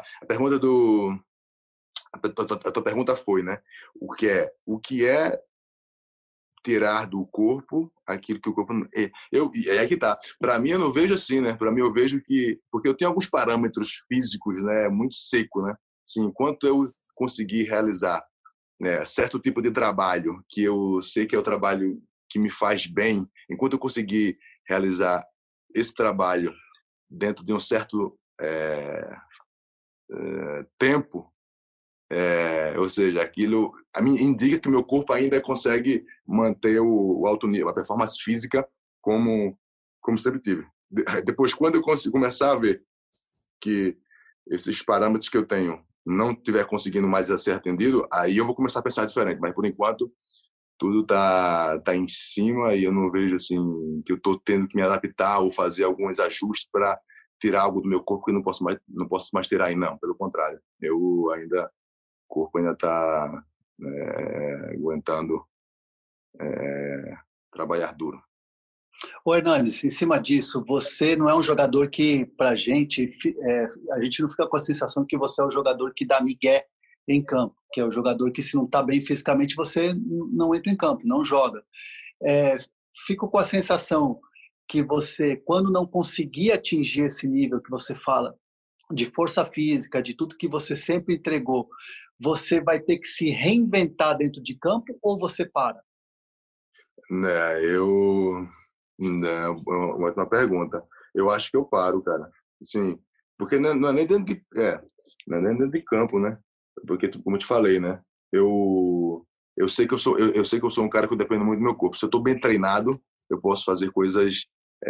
Speaker 3: tua pergunta foi, né? O que é tirar do corpo aquilo que o corpo... E aí que tá. Para mim, eu não vejo assim, né? Para mim, eu vejo que... Porque eu tenho alguns parâmetros físicos, né? Muito seco, né? Assim, enquanto eu conseguir realizar certo tipo de trabalho, que eu sei que é o trabalho que me faz bem, enquanto eu conseguir realizar esse trabalho dentro de um certo tempo, ou seja, aquilo a mim indica que meu corpo ainda consegue manter o alto nível, a performance física como sempre tive. Depois, quando eu começar a ver que esses parâmetros que eu tenho não estiver conseguindo mais ser atendido, aí eu vou começar a pensar diferente. Mas, por enquanto, tudo tá em cima e eu não vejo assim que eu estou tendo que me adaptar ou fazer alguns ajustes para tirar algo do meu corpo que eu não posso mais tirar aí, não. Pelo contrário, o corpo ainda está aguentando trabalhar duro.
Speaker 5: Ô Hernanes, em cima disso, você não é um jogador que, pra gente, a gente não fica com a sensação que você é um jogador que dá migué em campo, que é o jogador que, se não está bem fisicamente, você não entra em campo, não joga. Fico com a sensação que você, quando não conseguir atingir esse nível que você fala, de força física, de tudo que você sempre entregou, você vai ter que se reinventar dentro de campo ou você para?
Speaker 3: Uma ótima pergunta. Eu acho que eu paro, cara. Sim, porque não é nem dentro não é nem dentro de campo, né? Porque, como eu te falei, né? Eu sei que eu sou um cara que depende muito do meu corpo. Se eu estou bem treinado, eu posso fazer coisas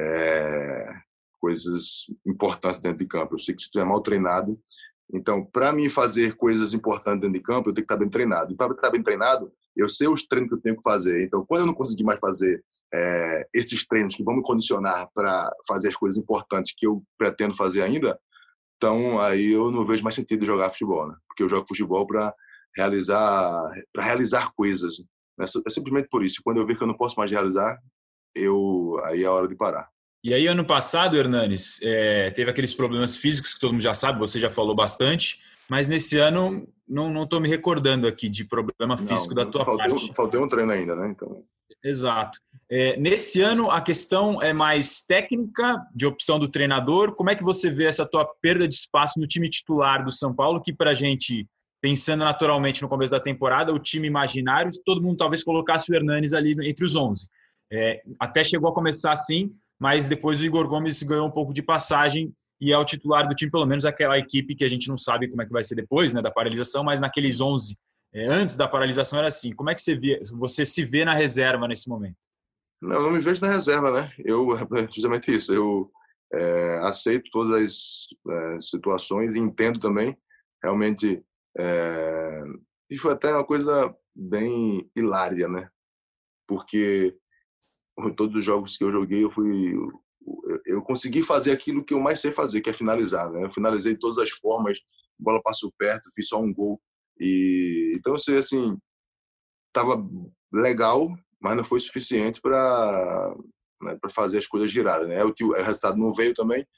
Speaker 3: importantes dentro de campo. Eu sei que se eu estiver mal treinado, então, para mim fazer coisas importantes dentro de campo, eu tenho que estar bem treinado. E para estar bem treinado, eu sei os treinos que eu tenho que fazer. Então, quando eu não conseguir mais fazer esses treinos que vão me condicionar para fazer as coisas importantes que eu pretendo fazer ainda, então aí eu não vejo mais sentido de jogar futebol, né? Porque eu jogo futebol para realizar coisas. Né? É simplesmente por isso. Quando eu ver que eu não posso mais realizar, aí é a hora de parar.
Speaker 2: E aí, ano passado, Hernanes, teve aqueles problemas físicos que todo mundo já sabe, você já falou bastante, mas nesse ano não estou me recordando aqui de problema físico da tua parte.
Speaker 3: Faltou um treino ainda, né? Então...
Speaker 2: Exato. Nesse ano, a questão é mais técnica, de opção do treinador. Como é que você vê essa tua perda de espaço no time titular do São Paulo, que para a gente, pensando naturalmente no começo da temporada, o time imaginário, todo mundo talvez colocasse o Hernanes ali entre os 11. Até chegou a começar assim, mas depois o Igor Gomes ganhou um pouco de passagem e é o titular do time, pelo menos aquela equipe que a gente não sabe como é que vai ser depois, né, da paralisação, mas naqueles 11, antes da paralisação era assim. Como é que você se vê na reserva nesse momento?
Speaker 3: Não me vejo na reserva, né? Justamente isso, eu aceito todas as situações e entendo também, realmente, e foi até uma coisa bem hilária, né? Porque todos os jogos que eu joguei, eu consegui fazer aquilo que eu mais sei fazer, que é finalizar, né? Eu finalizei de todas as formas, a bola passou perto, fiz só um gol. Então, eu sei, assim, estava legal, mas não foi suficiente para fazer as coisas girarem, né? O resultado não veio também.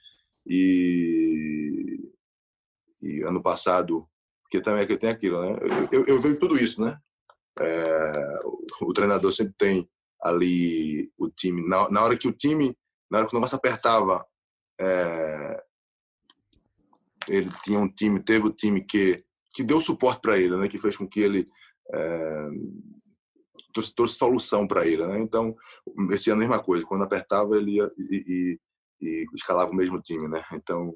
Speaker 3: E ano passado, porque também aqui tem aquilo, né? Eu vejo tudo isso, né? O treinador sempre tem ali o time, na hora que o negócio apertava, ele tinha teve o time que que deu suporte para ele, né? Que fez com que ele trouxe solução para ele, né? Então, esse ano a mesma coisa. Quando apertava, ele ia e escalava o mesmo time, né? Então,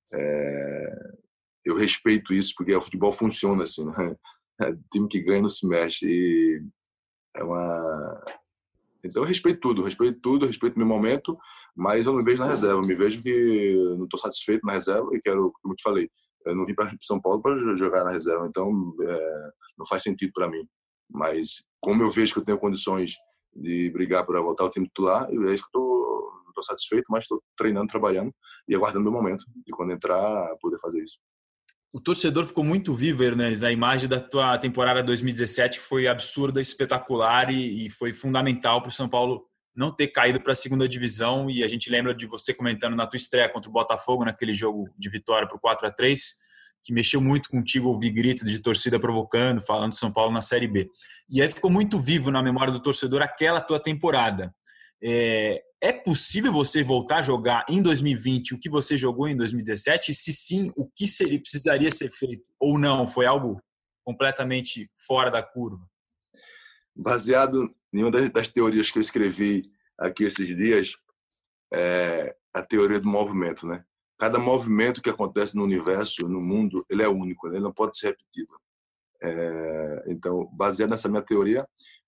Speaker 3: eu respeito isso, porque o futebol funciona assim, né? Time que ganha não se mexe. E então, eu respeito tudo, respeito o meu momento, mas eu não me vejo na reserva. Eu me vejo que não estou satisfeito na reserva e quero, como eu te falei, eu não vim para São Paulo para jogar na reserva, então não faz sentido para mim. Mas como eu vejo que eu tenho condições de brigar para voltar ao time titular, é isso que eu estou satisfeito, mas estou treinando, trabalhando e aguardando meu momento de quando entrar poder fazer isso.
Speaker 2: O torcedor ficou muito vivo, Hernanes. A imagem da tua temporada 2017 foi absurda, espetacular e foi fundamental para o São Paulo não ter caído para a segunda divisão. E a gente lembra de você comentando na tua estreia contra o Botafogo, naquele jogo de vitória por 4-3, que mexeu muito contigo, ouvir grito de torcida provocando, falando de São Paulo na Série B. E aí ficou muito vivo na memória do torcedor aquela tua temporada. É possível você voltar a jogar em 2020 o que você jogou em 2017? E se sim, o que precisaria ser feito? Ou não? Foi algo completamente fora da curva?
Speaker 3: Baseado em uma das teorias que eu escrevi aqui esses dias, a teoria do movimento, né? Cada movimento que acontece no universo, no mundo, ele é único, né? Ele não pode ser repetido. Então, baseado nessa minha teoria,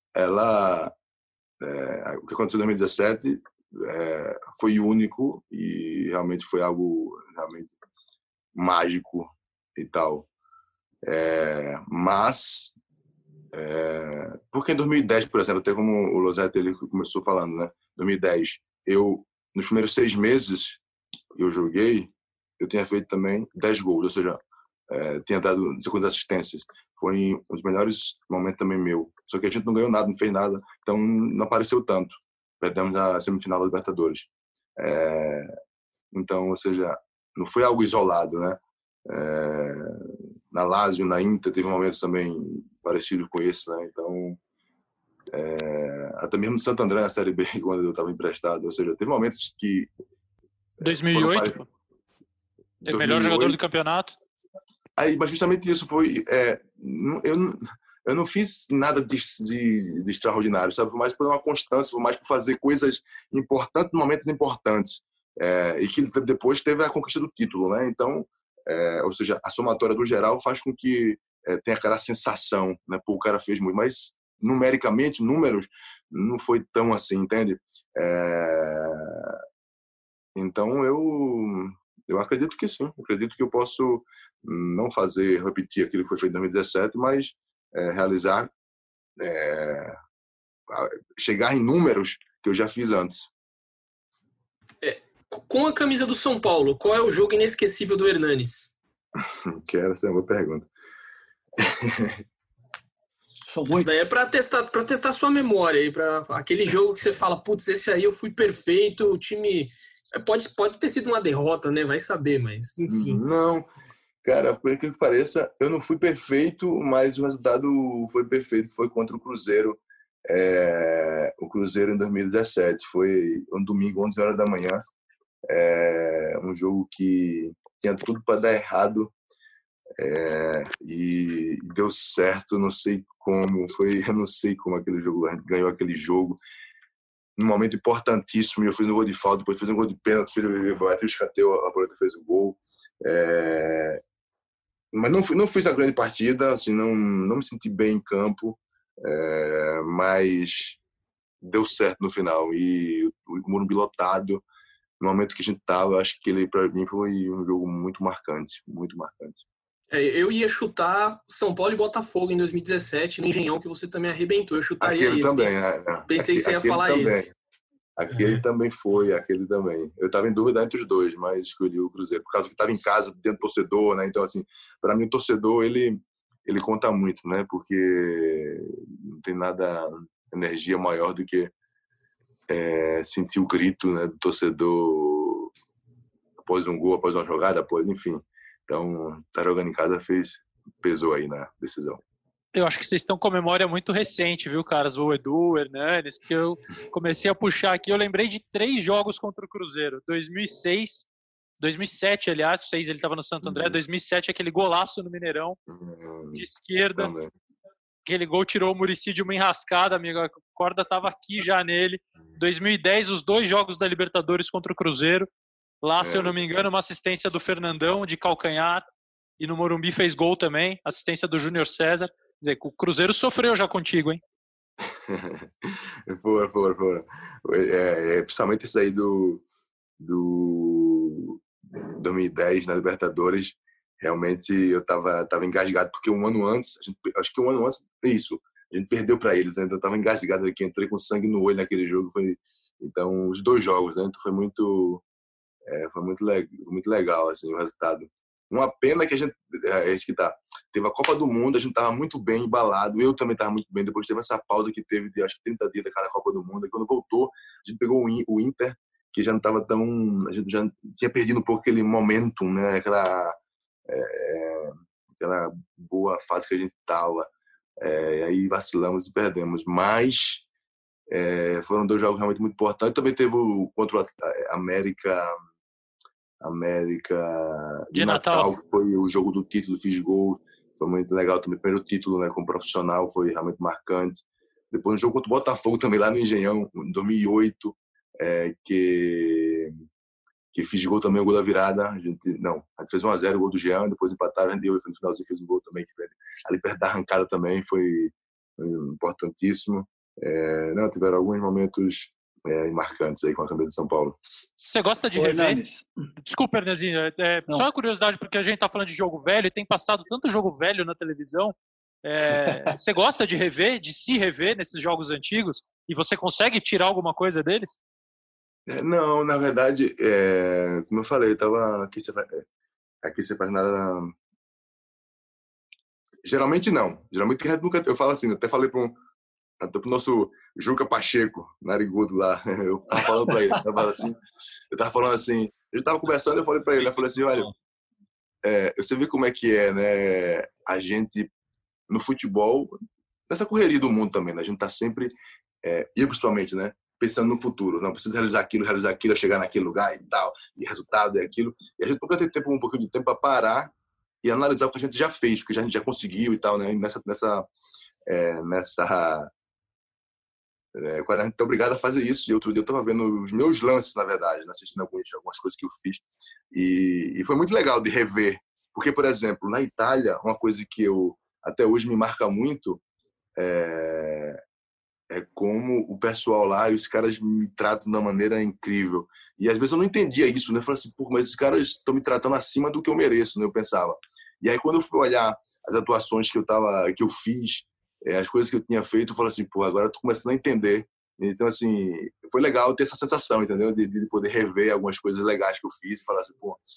Speaker 3: o que aconteceu em 2017 foi único e realmente foi algo realmente mágico e tal. Mas porque em 2010, por exemplo, até como o Losetti ele começou falando, né? 2010, nos primeiros 6 meses eu joguei, eu tinha feito também 10 gols, ou seja, tinha dado sequência de assistências. Foi um dos melhores momentos também meu. Só que a gente não ganhou nada, não fez nada, então não apareceu tanto. Perdemos a semifinal da Libertadores. Então, ou seja, não foi algo isolado, né? Na Lazio, na Inter, teve momentos também parecidos com esse, né? Então, até mesmo no Santo André, na Série B, quando eu estava emprestado, ou seja, teve momentos que...
Speaker 4: 2008, teve melhor jogador do campeonato.
Speaker 3: Aí, mas justamente isso foi... Eu não fiz nada de extraordinário, sabe? Foi mais por uma constância, foi mais por fazer coisas importantes, momentos importantes. E que depois teve a conquista do título, né? Então, ou seja, a somatória do geral faz com que tenha aquela sensação, né? Pô, o cara fez muito, mas numericamente, números, não foi tão assim, entende? Então, eu acredito que sim. Acredito que eu posso não repetir aquilo que foi feito em 2017, mas realizar, chegar em números que eu já fiz antes.
Speaker 6: Com a camisa do São Paulo, qual é o jogo inesquecível do Hernanes?
Speaker 3: Essa é uma boa pergunta.
Speaker 6: Isso daí é para testar sua memória aí, para aquele jogo que você fala, putz, esse aí eu fui perfeito, o time pode ter sido uma derrota, né? Vai saber, mas enfim.
Speaker 3: Não, cara, por incrível que pareça, eu não fui perfeito, mas o resultado foi perfeito, foi contra o Cruzeiro. O Cruzeiro em 2017 foi um domingo, 11 horas da manhã. Um jogo que tinha tudo para dar errado e deu certo, não sei como eu não sei como aquele jogo, a gente ganhou aquele jogo num momento importantíssimo. Eu fiz um gol de falta, depois fiz um gol de pênalti, bateu o escanteio, a Boleta fez o gol, mas não fiz a grande partida, assim, não me senti bem em campo, mas deu certo no final e o Morumbi lotado. No momento que a gente estava, acho que ele, para mim, foi um jogo muito marcante, muito marcante.
Speaker 6: Eu ia chutar São Paulo e Botafogo em 2017, no Engenhão, que você também arrebentou. Eu chutaria
Speaker 3: aquele
Speaker 6: isso.
Speaker 3: Também,
Speaker 6: pensei que você ia falar
Speaker 3: também.
Speaker 6: isso.
Speaker 3: Aquele também foi, aquele também. Eu estava em dúvida entre os dois, mas escolhi o Cruzeiro, por causa que estava em casa, dentro do torcedor, né? Então, assim, para mim, o torcedor, ele conta muito, né? Porque não tem nada, energia maior do que sentir o grito, né, do torcedor após um gol, após uma jogada, enfim. Então, estar jogando em casa pesou aí na decisão.
Speaker 4: Eu acho que vocês estão com memória muito recente, viu, caras? O Edu, o Hernanes, porque eu comecei a puxar aqui, eu lembrei de 3 jogos contra o Cruzeiro. 2006, 2007, aliás, 6 ele estava no Santo André, 2007 aquele golaço no Mineirão, de esquerda, aquele gol tirou o Muricy de uma enrascada, amigo, a corda estava aqui já nele. 2010, os 2 jogos da Libertadores contra o Cruzeiro, lá, se eu não me engano, uma assistência do Fernandão de calcanhar, e no Morumbi fez gol também, assistência do Júnior César. Quer dizer, o Cruzeiro sofreu já contigo, hein?
Speaker 3: Foram. Principalmente esse aí do 2010 na Libertadores, realmente eu tava engasgado, porque um ano antes, isso, a gente perdeu para eles, né? Então eu tava engasgado aqui, entrei com sangue no olho naquele jogo, então os 2 jogos, né? Então foi muito legal assim, o resultado. Uma pena que a gente, teve a Copa do Mundo, a gente tava muito bem embalado, eu também tava muito bem, depois teve essa pausa que teve de acho que 30 dias daquela Copa do Mundo, e quando voltou, a gente pegou o Inter, que já não tava tão, a gente já tinha perdido um pouco aquele momentum, né, aquela boa fase que a gente tava, e aí vacilamos e perdemos, mas foram 2 jogos realmente muito importantes. Também teve contra o América de Natal, que foi o jogo do título, fiz gol, foi muito legal também, primeiro título, né, como profissional, foi realmente marcante. Depois um jogo contra o Botafogo também lá no Engenhão, em 2008, que fiz gol também, o gol da virada, a gente fez 1-0, o gol do Jean, depois empataram, a gente deu, no finalzinho fez um gol também, que ali perto da arrancada também, foi importantíssimo. Tiveram alguns momentos marcantes aí com a camisa de São Paulo.
Speaker 4: Você gosta de rever? Desculpa, Ernezinho, só uma curiosidade, porque a gente tá falando de jogo velho e tem passado tanto jogo velho na televisão. Você gosta de rever, de se rever nesses jogos antigos? E você consegue tirar alguma coisa deles?
Speaker 3: Não, na verdade, como eu falei, aqui você faz nada. Geralmente não. Geralmente eu falo assim, eu até falei pro nosso Juca Pacheco, narigudo lá, eu tava falando pra ele, eu tava falando assim, a gente tava conversando, eu falei pra ele, assim, olha, você vê como é que é, né, a gente no futebol, nessa correria do mundo também, né, a gente tá sempre, eu principalmente, né, pensando no futuro, não precisa realizar aquilo, chegar naquele lugar e tal, e resultado é aquilo, e a gente nunca tem um pouquinho de tempo para parar e analisar o que a gente já fez, o que a gente já conseguiu e tal, né, a gente é obrigado a fazer isso. E outro dia eu estava vendo os meus lances, na verdade, assistindo algumas coisas que eu fiz, e foi muito legal de rever, porque, por exemplo, na Itália, uma coisa que até hoje me marca muito é como o pessoal lá e os caras me tratam de uma maneira incrível. E às vezes eu não entendia isso, né? Eu falei assim, mas esses caras estão me tratando acima do que eu mereço, né? Eu pensava. E aí quando eu fui olhar as atuações que eu fiz, as coisas que eu tinha feito, eu falei assim, agora eu tô começando a entender. Então, assim, foi legal ter essa sensação, entendeu? De poder rever algumas coisas legais que eu fiz e falar assim,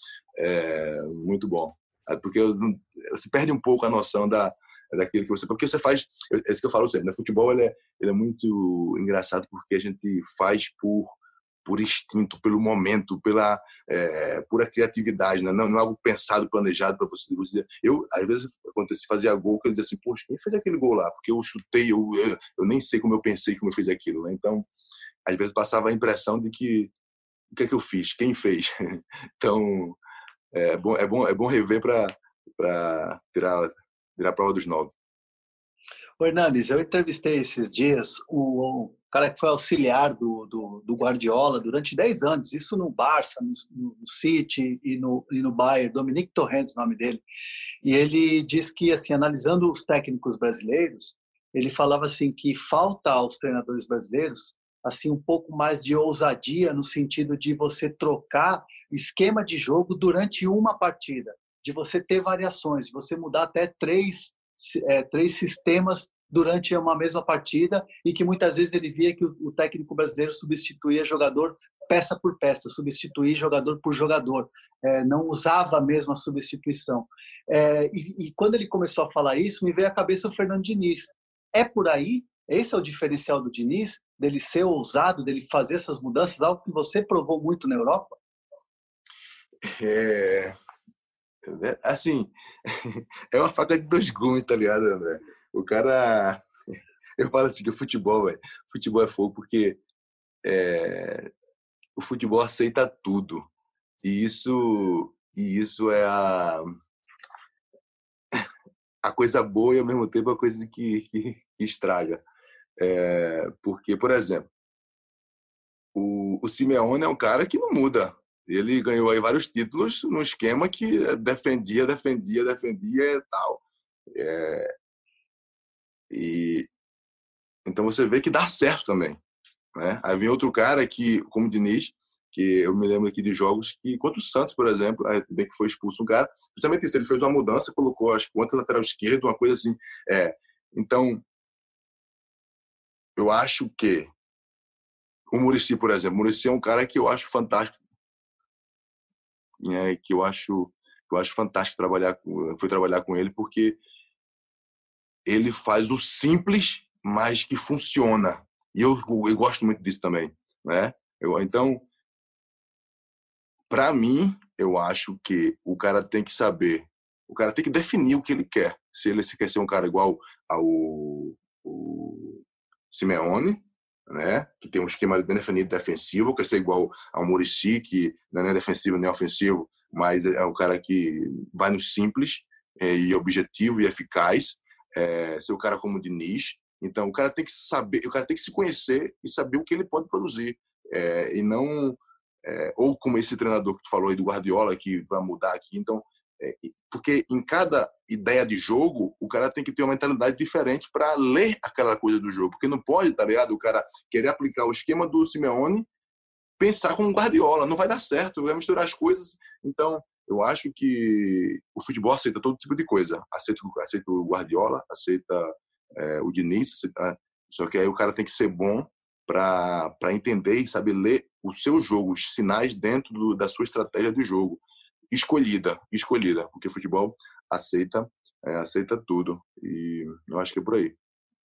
Speaker 3: muito bom. Porque você perde um pouco a noção daquilo que você... Porque você faz... É isso que eu falo sempre, né? Futebol, ele é muito engraçado porque a gente faz por instinto, pelo momento, pela pura criatividade, né? Não é algo pensado, planejado para você dizer. Às vezes, quando você fazia gol, eu dizia assim, poxa, quem fez aquele gol lá? Porque eu chutei, eu nem sei como eu pensei, como eu fiz aquilo, né? Então, às vezes passava a impressão de que o que é que eu fiz? Quem fez? Então, é bom rever para tirar a prova dos 9.
Speaker 5: Hernandes, eu entrevistei esses dias o cara que foi auxiliar do Guardiola durante 10 anos, isso no Barça, no City e no Bayern, Dominique Torrents, o nome dele. E ele diz que, assim, analisando os técnicos brasileiros, ele falava assim que falta aos treinadores brasileiros assim um pouco mais de ousadia no sentido de você trocar esquema de jogo durante uma partida, de você ter variações, de você mudar até três sistemas durante uma mesma partida, e que muitas vezes ele via que o técnico brasileiro substituía jogador peça por peça, substituía jogador por jogador, não usava a mesma substituição. E quando ele começou a falar isso, me veio à cabeça o Fernando Diniz. É por aí? Esse é o diferencial do Diniz, dele ser ousado, dele fazer essas mudanças, algo que você provou muito na Europa?
Speaker 3: Assim, é uma faca de 2 gumes, tá ligado, André? O cara... Eu falo assim que o futebol é fogo, porque o futebol aceita tudo. E isso é a coisa boa e, ao mesmo tempo, a coisa que estraga. Porque, por exemplo, o Simeone é um cara que não muda. Ele ganhou aí vários títulos num esquema que defendia e tal. E então você vê que dá certo também, né? Aí vem outro cara que, como o Diniz, que eu me lembro aqui de jogos que, contra o Santos, por exemplo, bem que foi expulso um cara, justamente isso, ele fez uma mudança, colocou, acho que contra o lateral esquerdo, uma coisa assim. Então, eu acho que o Muricy, por exemplo, o Muricy é um cara que eu acho fantástico, né? Que eu acho fantástico trabalhar com ele, porque ele faz o simples, mas que funciona. E eu gosto muito disso também, né? Então, para mim, eu acho que o cara tem que saber, o cara tem que definir o que ele quer. Se ele quer ser um cara igual ao Simeone, né? Que tem um esquema bem definido defensivo, quer ser igual ao Muricy, que não é defensivo nem ofensivo, mas é um cara que vai no simples e objetivo e eficaz. Ser um cara como o Diniz. Então, o cara tem que saber, o cara tem que se conhecer e saber o que ele pode produzir. E não... ou como esse treinador que tu falou aí do Guardiola, que vai mudar aqui. Então, porque em cada ideia de jogo, o cara tem que ter uma mentalidade diferente para ler aquela coisa do jogo. Porque não pode, tá ligado? O cara querer aplicar o esquema do Simeone, pensar como Guardiola. Não vai dar certo, vai misturar as coisas. Então, eu acho que o futebol aceita todo tipo de coisa. Aceita o Guardiola, aceita o Diniz, só que aí o cara tem que ser bom para entender e saber ler o seu jogo, os sinais dentro da sua estratégia de jogo. Escolhida, porque o futebol aceita tudo. E eu acho que é por aí.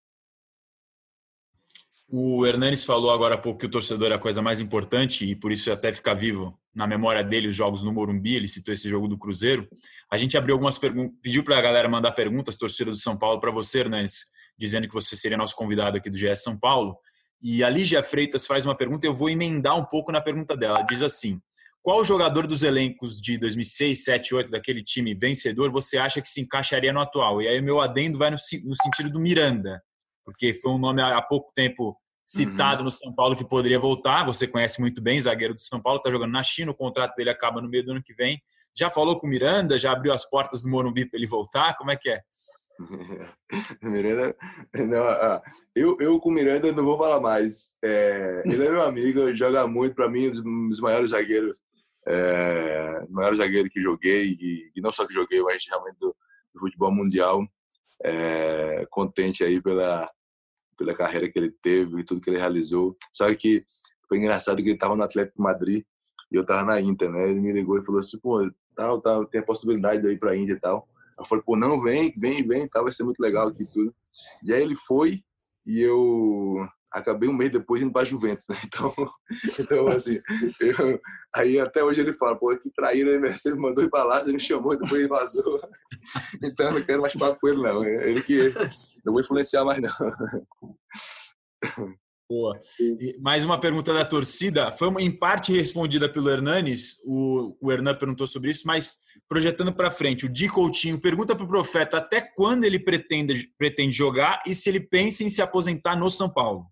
Speaker 2: O Hernanes falou agora há pouco que o torcedor é a coisa mais importante e por isso até fica vivo na memória dele os jogos no Morumbi. Ele citou esse jogo do Cruzeiro. A gente abriu algumas perguntas, pediu para a galera mandar perguntas, torcedor do São Paulo, para você, Hernanes, dizendo que você seria nosso convidado aqui do GE São Paulo. E a Lígia Freitas faz uma pergunta, eu vou emendar um pouco na pergunta dela. Ela diz assim: qual jogador dos elencos de 2006, 7, 8 daquele time vencedor você acha que se encaixaria no atual? E aí o meu adendo vai no sentido do Miranda, porque foi um nome há pouco tempo citado no São Paulo que poderia voltar. Você conhece muito bem, zagueiro do São Paulo, está jogando na China, o contrato dele acaba no meio do ano que vem. Já falou com o Miranda? Já abriu as portas do Morumbi para ele voltar? Como é que é?
Speaker 3: Miranda, não, eu com o Miranda não vou falar mais. Ele é meu amigo, joga muito, para mim, um dos maiores zagueiros, que joguei, e não só que joguei, mas realmente do futebol mundial. Contente aí pela carreira que ele teve e tudo que ele realizou. Sabe que foi engraçado que ele estava no Atlético de Madrid e eu estava na Inter, né? Ele me ligou e falou assim, pô, tal, tem a possibilidade de eu ir para a Índia e tal. Eu falei, pô, não, vem, tal, vai ser muito legal aqui tudo. E aí ele foi e eu acabei um mês depois indo para a Juventus, né? Então assim, aí até hoje ele fala, pô, que traíra, né? Você me mandou ir para lá, você me chamou e depois ele vazou. Então eu não quero mais papo com ele, não. Ele que não vou influenciar mais, não.
Speaker 2: Boa. E mais uma pergunta da torcida. Foi em parte respondida pelo Hernanes. O Hernan perguntou sobre isso, mas projetando para frente, o Di Coutinho pergunta para o Profeta até quando ele pretende jogar e se ele pensa em se aposentar no São Paulo.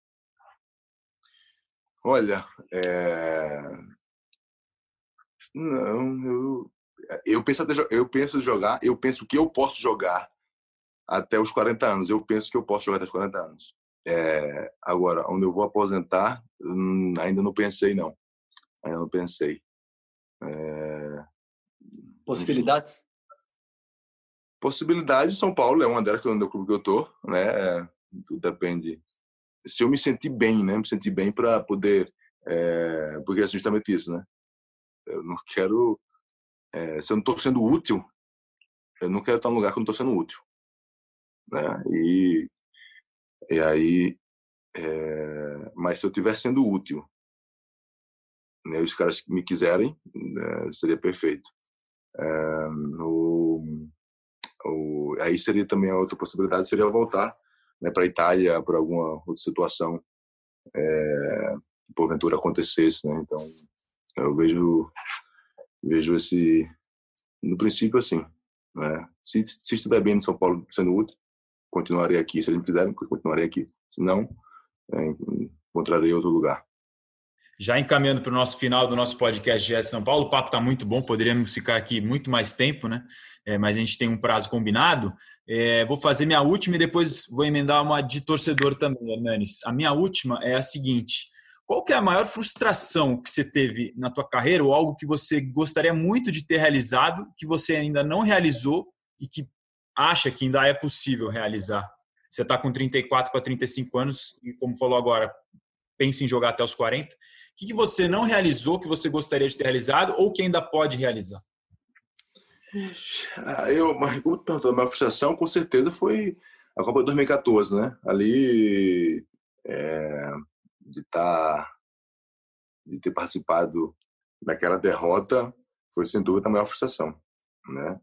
Speaker 3: Olha, não, eu penso jogar, eu penso que eu posso jogar até os 40 anos. Eu penso que eu posso jogar até os 40 anos. Agora, onde eu vou aposentar, ainda não pensei, não. Ainda não pensei.
Speaker 5: Possibilidades?
Speaker 3: Possibilidades, São Paulo é uma delas, que é o clube que eu tô, né? Tudo depende. Se eu me sentir bem, né? Me sentir bem para poder... porque é justamente isso, né? Eu não quero... se eu não estou sendo útil, eu não quero estar num lugar que eu não estou sendo útil, né? E aí... mas se eu estiver sendo útil, né, os caras que me quiserem, seria perfeito. Aí seria também a outra possibilidade, seria voltar, né, para a Itália, para alguma outra situação que porventura acontecesse, né? Então eu vejo vejo no princípio assim, né? Se estiver bem no São Paulo sendo útil, continuarei aqui. Se eles me quiserem, continuarei aqui. Se não, encontrarei outro lugar.
Speaker 2: Já encaminhando para o nosso final do nosso podcast GE São Paulo, o papo está muito bom, poderíamos ficar aqui muito mais tempo, né? Mas a gente tem um prazo combinado. Vou fazer minha última e depois vou emendar uma de torcedor também, Hernanes. A minha última é a seguinte: qual que é a maior frustração que você teve na tua carreira ou algo que você gostaria muito de ter realizado, que você ainda não realizou e que acha que ainda é possível realizar? Você está com 34 para 35 anos e, como falou agora, pensa em jogar até os 40. O que você não realizou, que você gostaria de ter realizado ou que ainda pode realizar?
Speaker 3: A minha frustração, com certeza, foi a Copa de 2014, né? Ali, de ter participado daquela derrota, foi sem dúvida a maior frustração, né?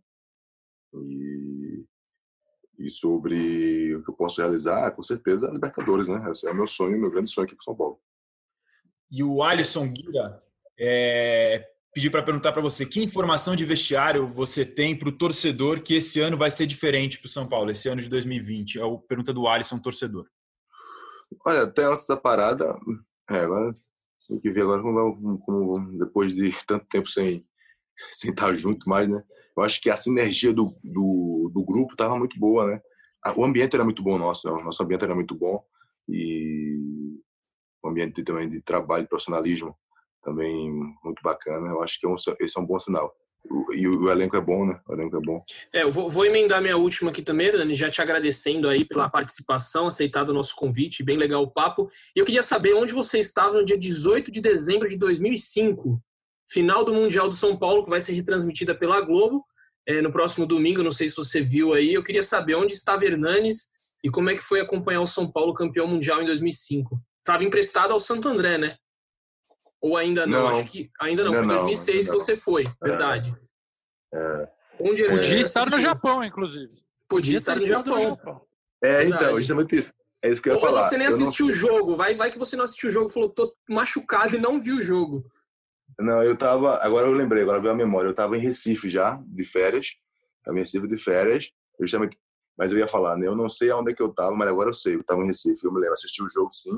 Speaker 3: E sobre o que eu posso realizar, com certeza, a Libertadores, né? Esse é o meu sonho, meu grande sonho aqui com São Paulo.
Speaker 2: E o Alisson Guira pediu para perguntar para você: que informação de vestiário você tem para o torcedor que esse ano vai ser diferente para o São Paulo, esse ano de 2020? É a pergunta do Alisson, torcedor.
Speaker 3: Olha, até antes da parada, agora tem que ver agora como depois de tanto tempo sem estar junto mais, né? Eu acho que a sinergia do grupo estava muito boa, né? O ambiente era muito bom nosso ambiente era muito bom e o ambiente também de trabalho e profissionalismo também muito bacana. Eu acho que esse é um bom sinal. E o elenco é bom, né? O elenco é bom.
Speaker 6: Eu vou emendar minha última aqui também, Dani, já te agradecendo aí pela participação, aceitado o nosso convite, bem legal o papo. E eu queria saber onde você estava no dia 18 de dezembro de 2005, final do Mundial do São Paulo, que vai ser retransmitida pela Globo no próximo domingo, não sei se você viu aí. Eu queria saber onde estava Hernanes e como é que foi acompanhar o São Paulo campeão mundial em 2005. Estava emprestado ao Santo André, né? Ou ainda não? Acho que ainda não. Foi em 2006 que você foi, verdade.
Speaker 4: Onde podia estar no Japão, inclusive.
Speaker 6: Podia estar no Japão.
Speaker 3: Então, justamente isso. É isso que eu ia falar.
Speaker 6: Ou você nem assistiu o jogo. Vai que você não assistiu o jogo, falou, tô machucado e não viu o jogo.
Speaker 3: Não, eu tava... Agora eu lembrei, agora veio a memória. Eu tava em Recife já, de férias. Justamente... Mas eu ia falar, né? Eu não sei aonde é que eu tava, mas agora eu sei. Eu tava em Recife, eu me lembro. Assisti o jogo, sim.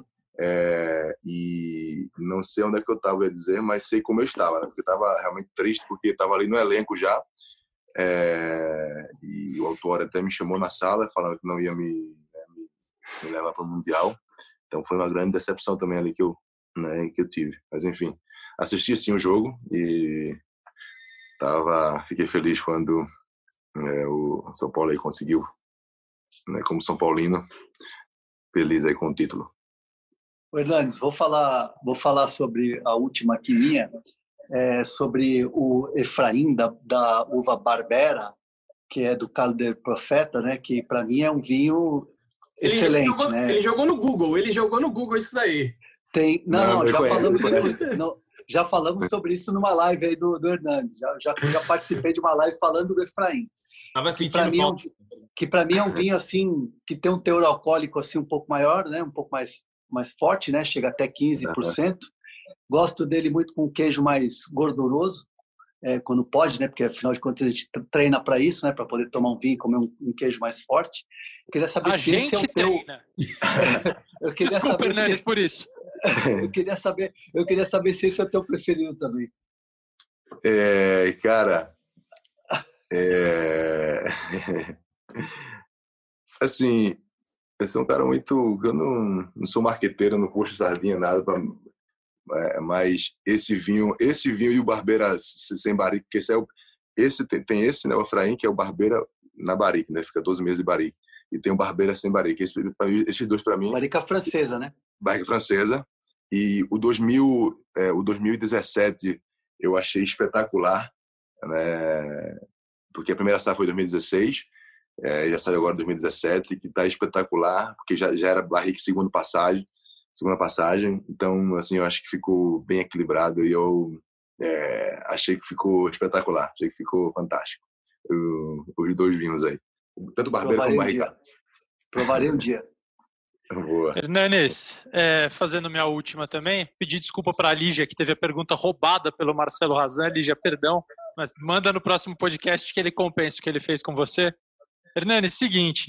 Speaker 3: E não sei onde é que eu estava, ia dizer, mas sei como eu estava, né? Porque eu estava realmente triste, porque estava ali no elenco já, e o autor até me chamou na sala falando que não ia me levar para o Mundial. Então foi uma grande decepção também ali que eu tive. Mas enfim, assisti sim o jogo e fiquei feliz quando o São Paulo aí conseguiu, né, como São Paulino, feliz aí com o título.
Speaker 5: Hernanes, vou falar sobre a última aqui minha, sobre o Efraim da uva Barbera, que é do Calder Profeta, né? Que para mim é um vinho excelente, né?
Speaker 6: Ele jogou no Google isso daí.
Speaker 5: Já falamos sobre isso numa live aí do Hernanes. Já participei de uma live falando do Efraim.
Speaker 2: Tava sentindo falta.
Speaker 5: Que para mim é um vinho assim que tem um teor alcoólico assim um pouco maior, né? Um pouco mais forte, né? Chega até 15%. Gosto dele muito com queijo mais gorduroso, quando pode, né? Porque afinal de contas a gente treina para isso, né? Para poder tomar um vinho e comer um queijo mais forte. Eu queria saber se esse é o teu...
Speaker 4: Desculpa, Hernanes, por isso.
Speaker 5: Eu queria saber se esse é o teu preferido também.
Speaker 3: Cara, assim, eu sou um cara muito... Eu não sou marqueteiro, não puxo sardinha, nada, mas esse vinho e o Barbeira sem barrique, porque tem esse, né, o Efraim, que é o Barbeira na barrique, né, fica 12 meses de barrique, e tem o Barbeira sem barrique. Esses dois para mim...
Speaker 5: Barrica francesa, né?
Speaker 3: Barrica francesa. E o 2017 eu achei espetacular, né, porque a primeira safra foi em 2016, já saiu agora em 2017, que está espetacular, porque já era barrique segunda passagem, então assim, eu acho que ficou bem equilibrado e eu achei que ficou espetacular, achei que ficou fantástico, os dois vinhos aí, tanto Barbeira como Barrica.
Speaker 5: Provarei um dia.
Speaker 3: Boa.
Speaker 4: Hernanes, fazendo minha última também, pedir desculpa para a Lígia, que teve a pergunta roubada pelo Marcelo Razan. Lígia, perdão, mas manda no próximo podcast que ele compensa o que ele fez com você. Hernanes, seguinte,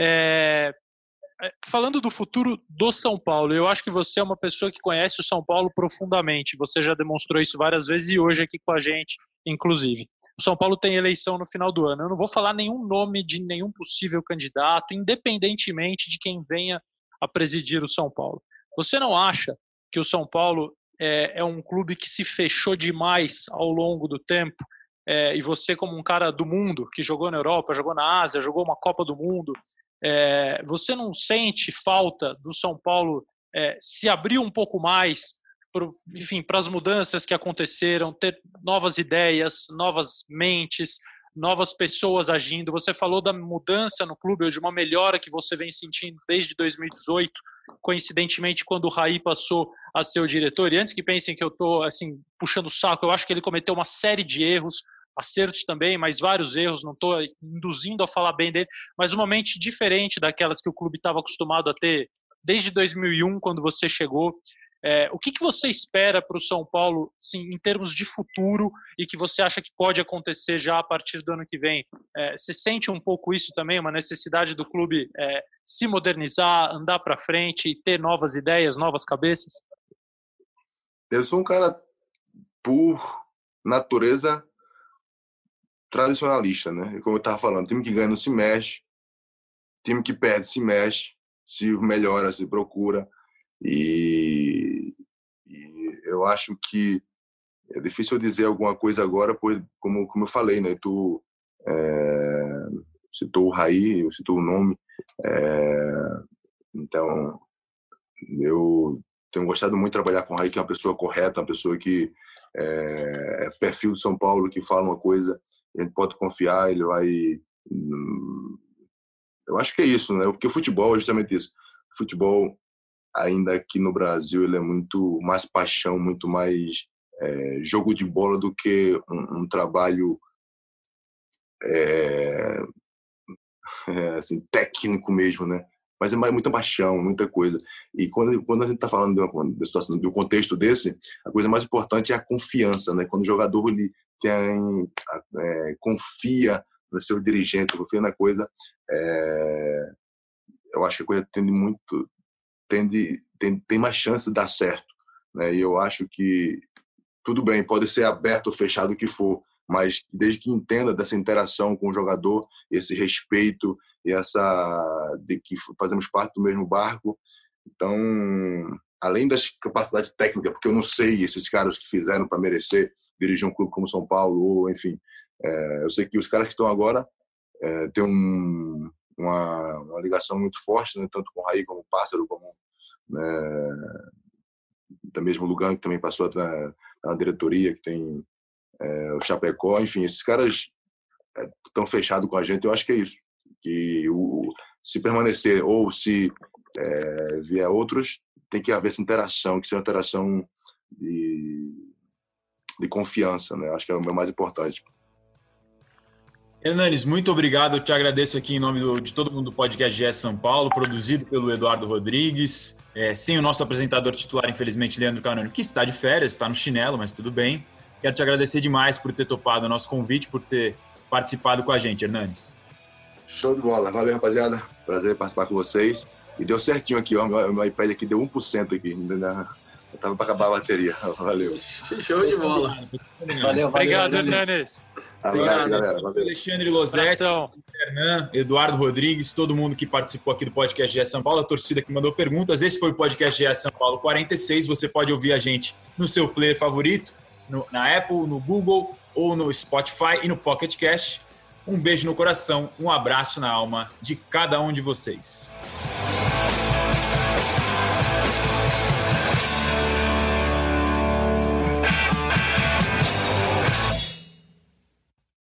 Speaker 4: falando do futuro do São Paulo, eu acho que você é uma pessoa que conhece o São Paulo profundamente, você já demonstrou isso várias vezes e hoje aqui com a gente, inclusive. O São Paulo tem eleição no final do ano, eu não vou falar nenhum nome de nenhum possível candidato, independentemente de quem venha a presidir o São Paulo. Você não acha que o São Paulo é um clube que se fechou demais ao longo do tempo? E você, como um cara do mundo, que jogou na Europa, jogou na Ásia, jogou uma Copa do Mundo, você não sente falta do São Paulo se abrir um pouco mais, para as mudanças que aconteceram, ter novas ideias, novas mentes, novas pessoas agindo? Você falou da mudança no clube, ou de uma melhora que você vem sentindo desde 2018, coincidentemente quando o Raí passou a ser o diretor. E antes que pensem que eu estou assim, puxando o saco, eu acho que ele cometeu uma série de erros, acertos também, mas vários erros, não estou induzindo a falar bem dele, mas uma mente diferente daquelas que o clube estava acostumado a ter desde 2001, quando você chegou. O que você espera para o São Paulo, sim, em termos de futuro, e que você acha que pode acontecer já a partir do ano que vem? Você sente um pouco isso também, uma necessidade do clube se modernizar, andar para frente e ter novas ideias, novas cabeças?
Speaker 3: Eu sou um cara, por natureza, tradicionalista, né? Como eu estava falando, time que ganha não se mexe, time que perde se mexe, se melhora, se procura. E eu acho que é difícil dizer alguma coisa agora, pois, como eu falei, né? Tu citou o Raí, eu citou o nome. Então, eu tenho gostado muito de trabalhar com o Raí, que é uma pessoa correta, uma pessoa que é perfil de São Paulo, que fala uma coisa, a gente pode confiar, ele vai... Eu acho que é isso, né? Porque o futebol é justamente isso. O futebol, ainda aqui no Brasil, ele é muito mais paixão, muito mais jogo de bola do que um trabalho assim, técnico mesmo, né? Mas é muita paixão, muita coisa. E quando a gente está falando de situação, de um contexto desse, a coisa mais importante é a confiança, né? Quando o jogador ele confia no seu dirigente, confia na coisa, eu acho que a coisa tem mais chance de dar certo, né? E eu acho que tudo bem, pode ser aberto ou fechado o que for, mas desde que entenda dessa interação com o jogador, esse respeito e de que fazemos parte do mesmo barco. Então, além das capacidades técnicas, porque eu não sei esses caras que fizeram para merecer dirigir um clube como São Paulo, ou enfim, eu sei que os caras que estão agora têm uma ligação muito forte, né, tanto com o Raí como o Pássaro, como da mesmo Lugano, que também passou na diretoria, que tem o Chapecó, enfim, esses caras estão fechados com a gente. Eu acho que é isso, que se permanecer ou se vier outros, tem que haver essa interação, que seja uma interação de confiança, né? Acho que é o mais importante.
Speaker 2: Hernanes, muito obrigado. Eu te agradeço aqui em nome de todo mundo do podcast GE São Paulo, produzido pelo Eduardo Rodrigues, sem o nosso apresentador titular, infelizmente, Leandro Canônio, que está de férias, está no chinelo, mas tudo bem. Quero te agradecer demais por ter topado o nosso convite, por ter participado com a gente, Hernanes.
Speaker 3: Show de bola. Valeu, rapaziada. Prazer participar com vocês. E deu certinho aqui, ó. Meu iPad aqui deu 1% aqui. Eu tava para acabar a bateria. Valeu.
Speaker 6: Show de bola.
Speaker 5: Valeu.
Speaker 4: Obrigado, Hernanes.
Speaker 3: Abraço, galera. Valeu.
Speaker 2: Alexandre Losetti, Fernando, Eduardo Rodrigues, todo mundo que participou aqui do podcast GE São Paulo, a torcida que mandou perguntas. Esse foi o podcast GE São Paulo 46. Você pode ouvir a gente no seu player favorito, na Apple, no Google ou no Spotify e no Pocket Cast. Um beijo no coração, um abraço na alma de cada um de vocês.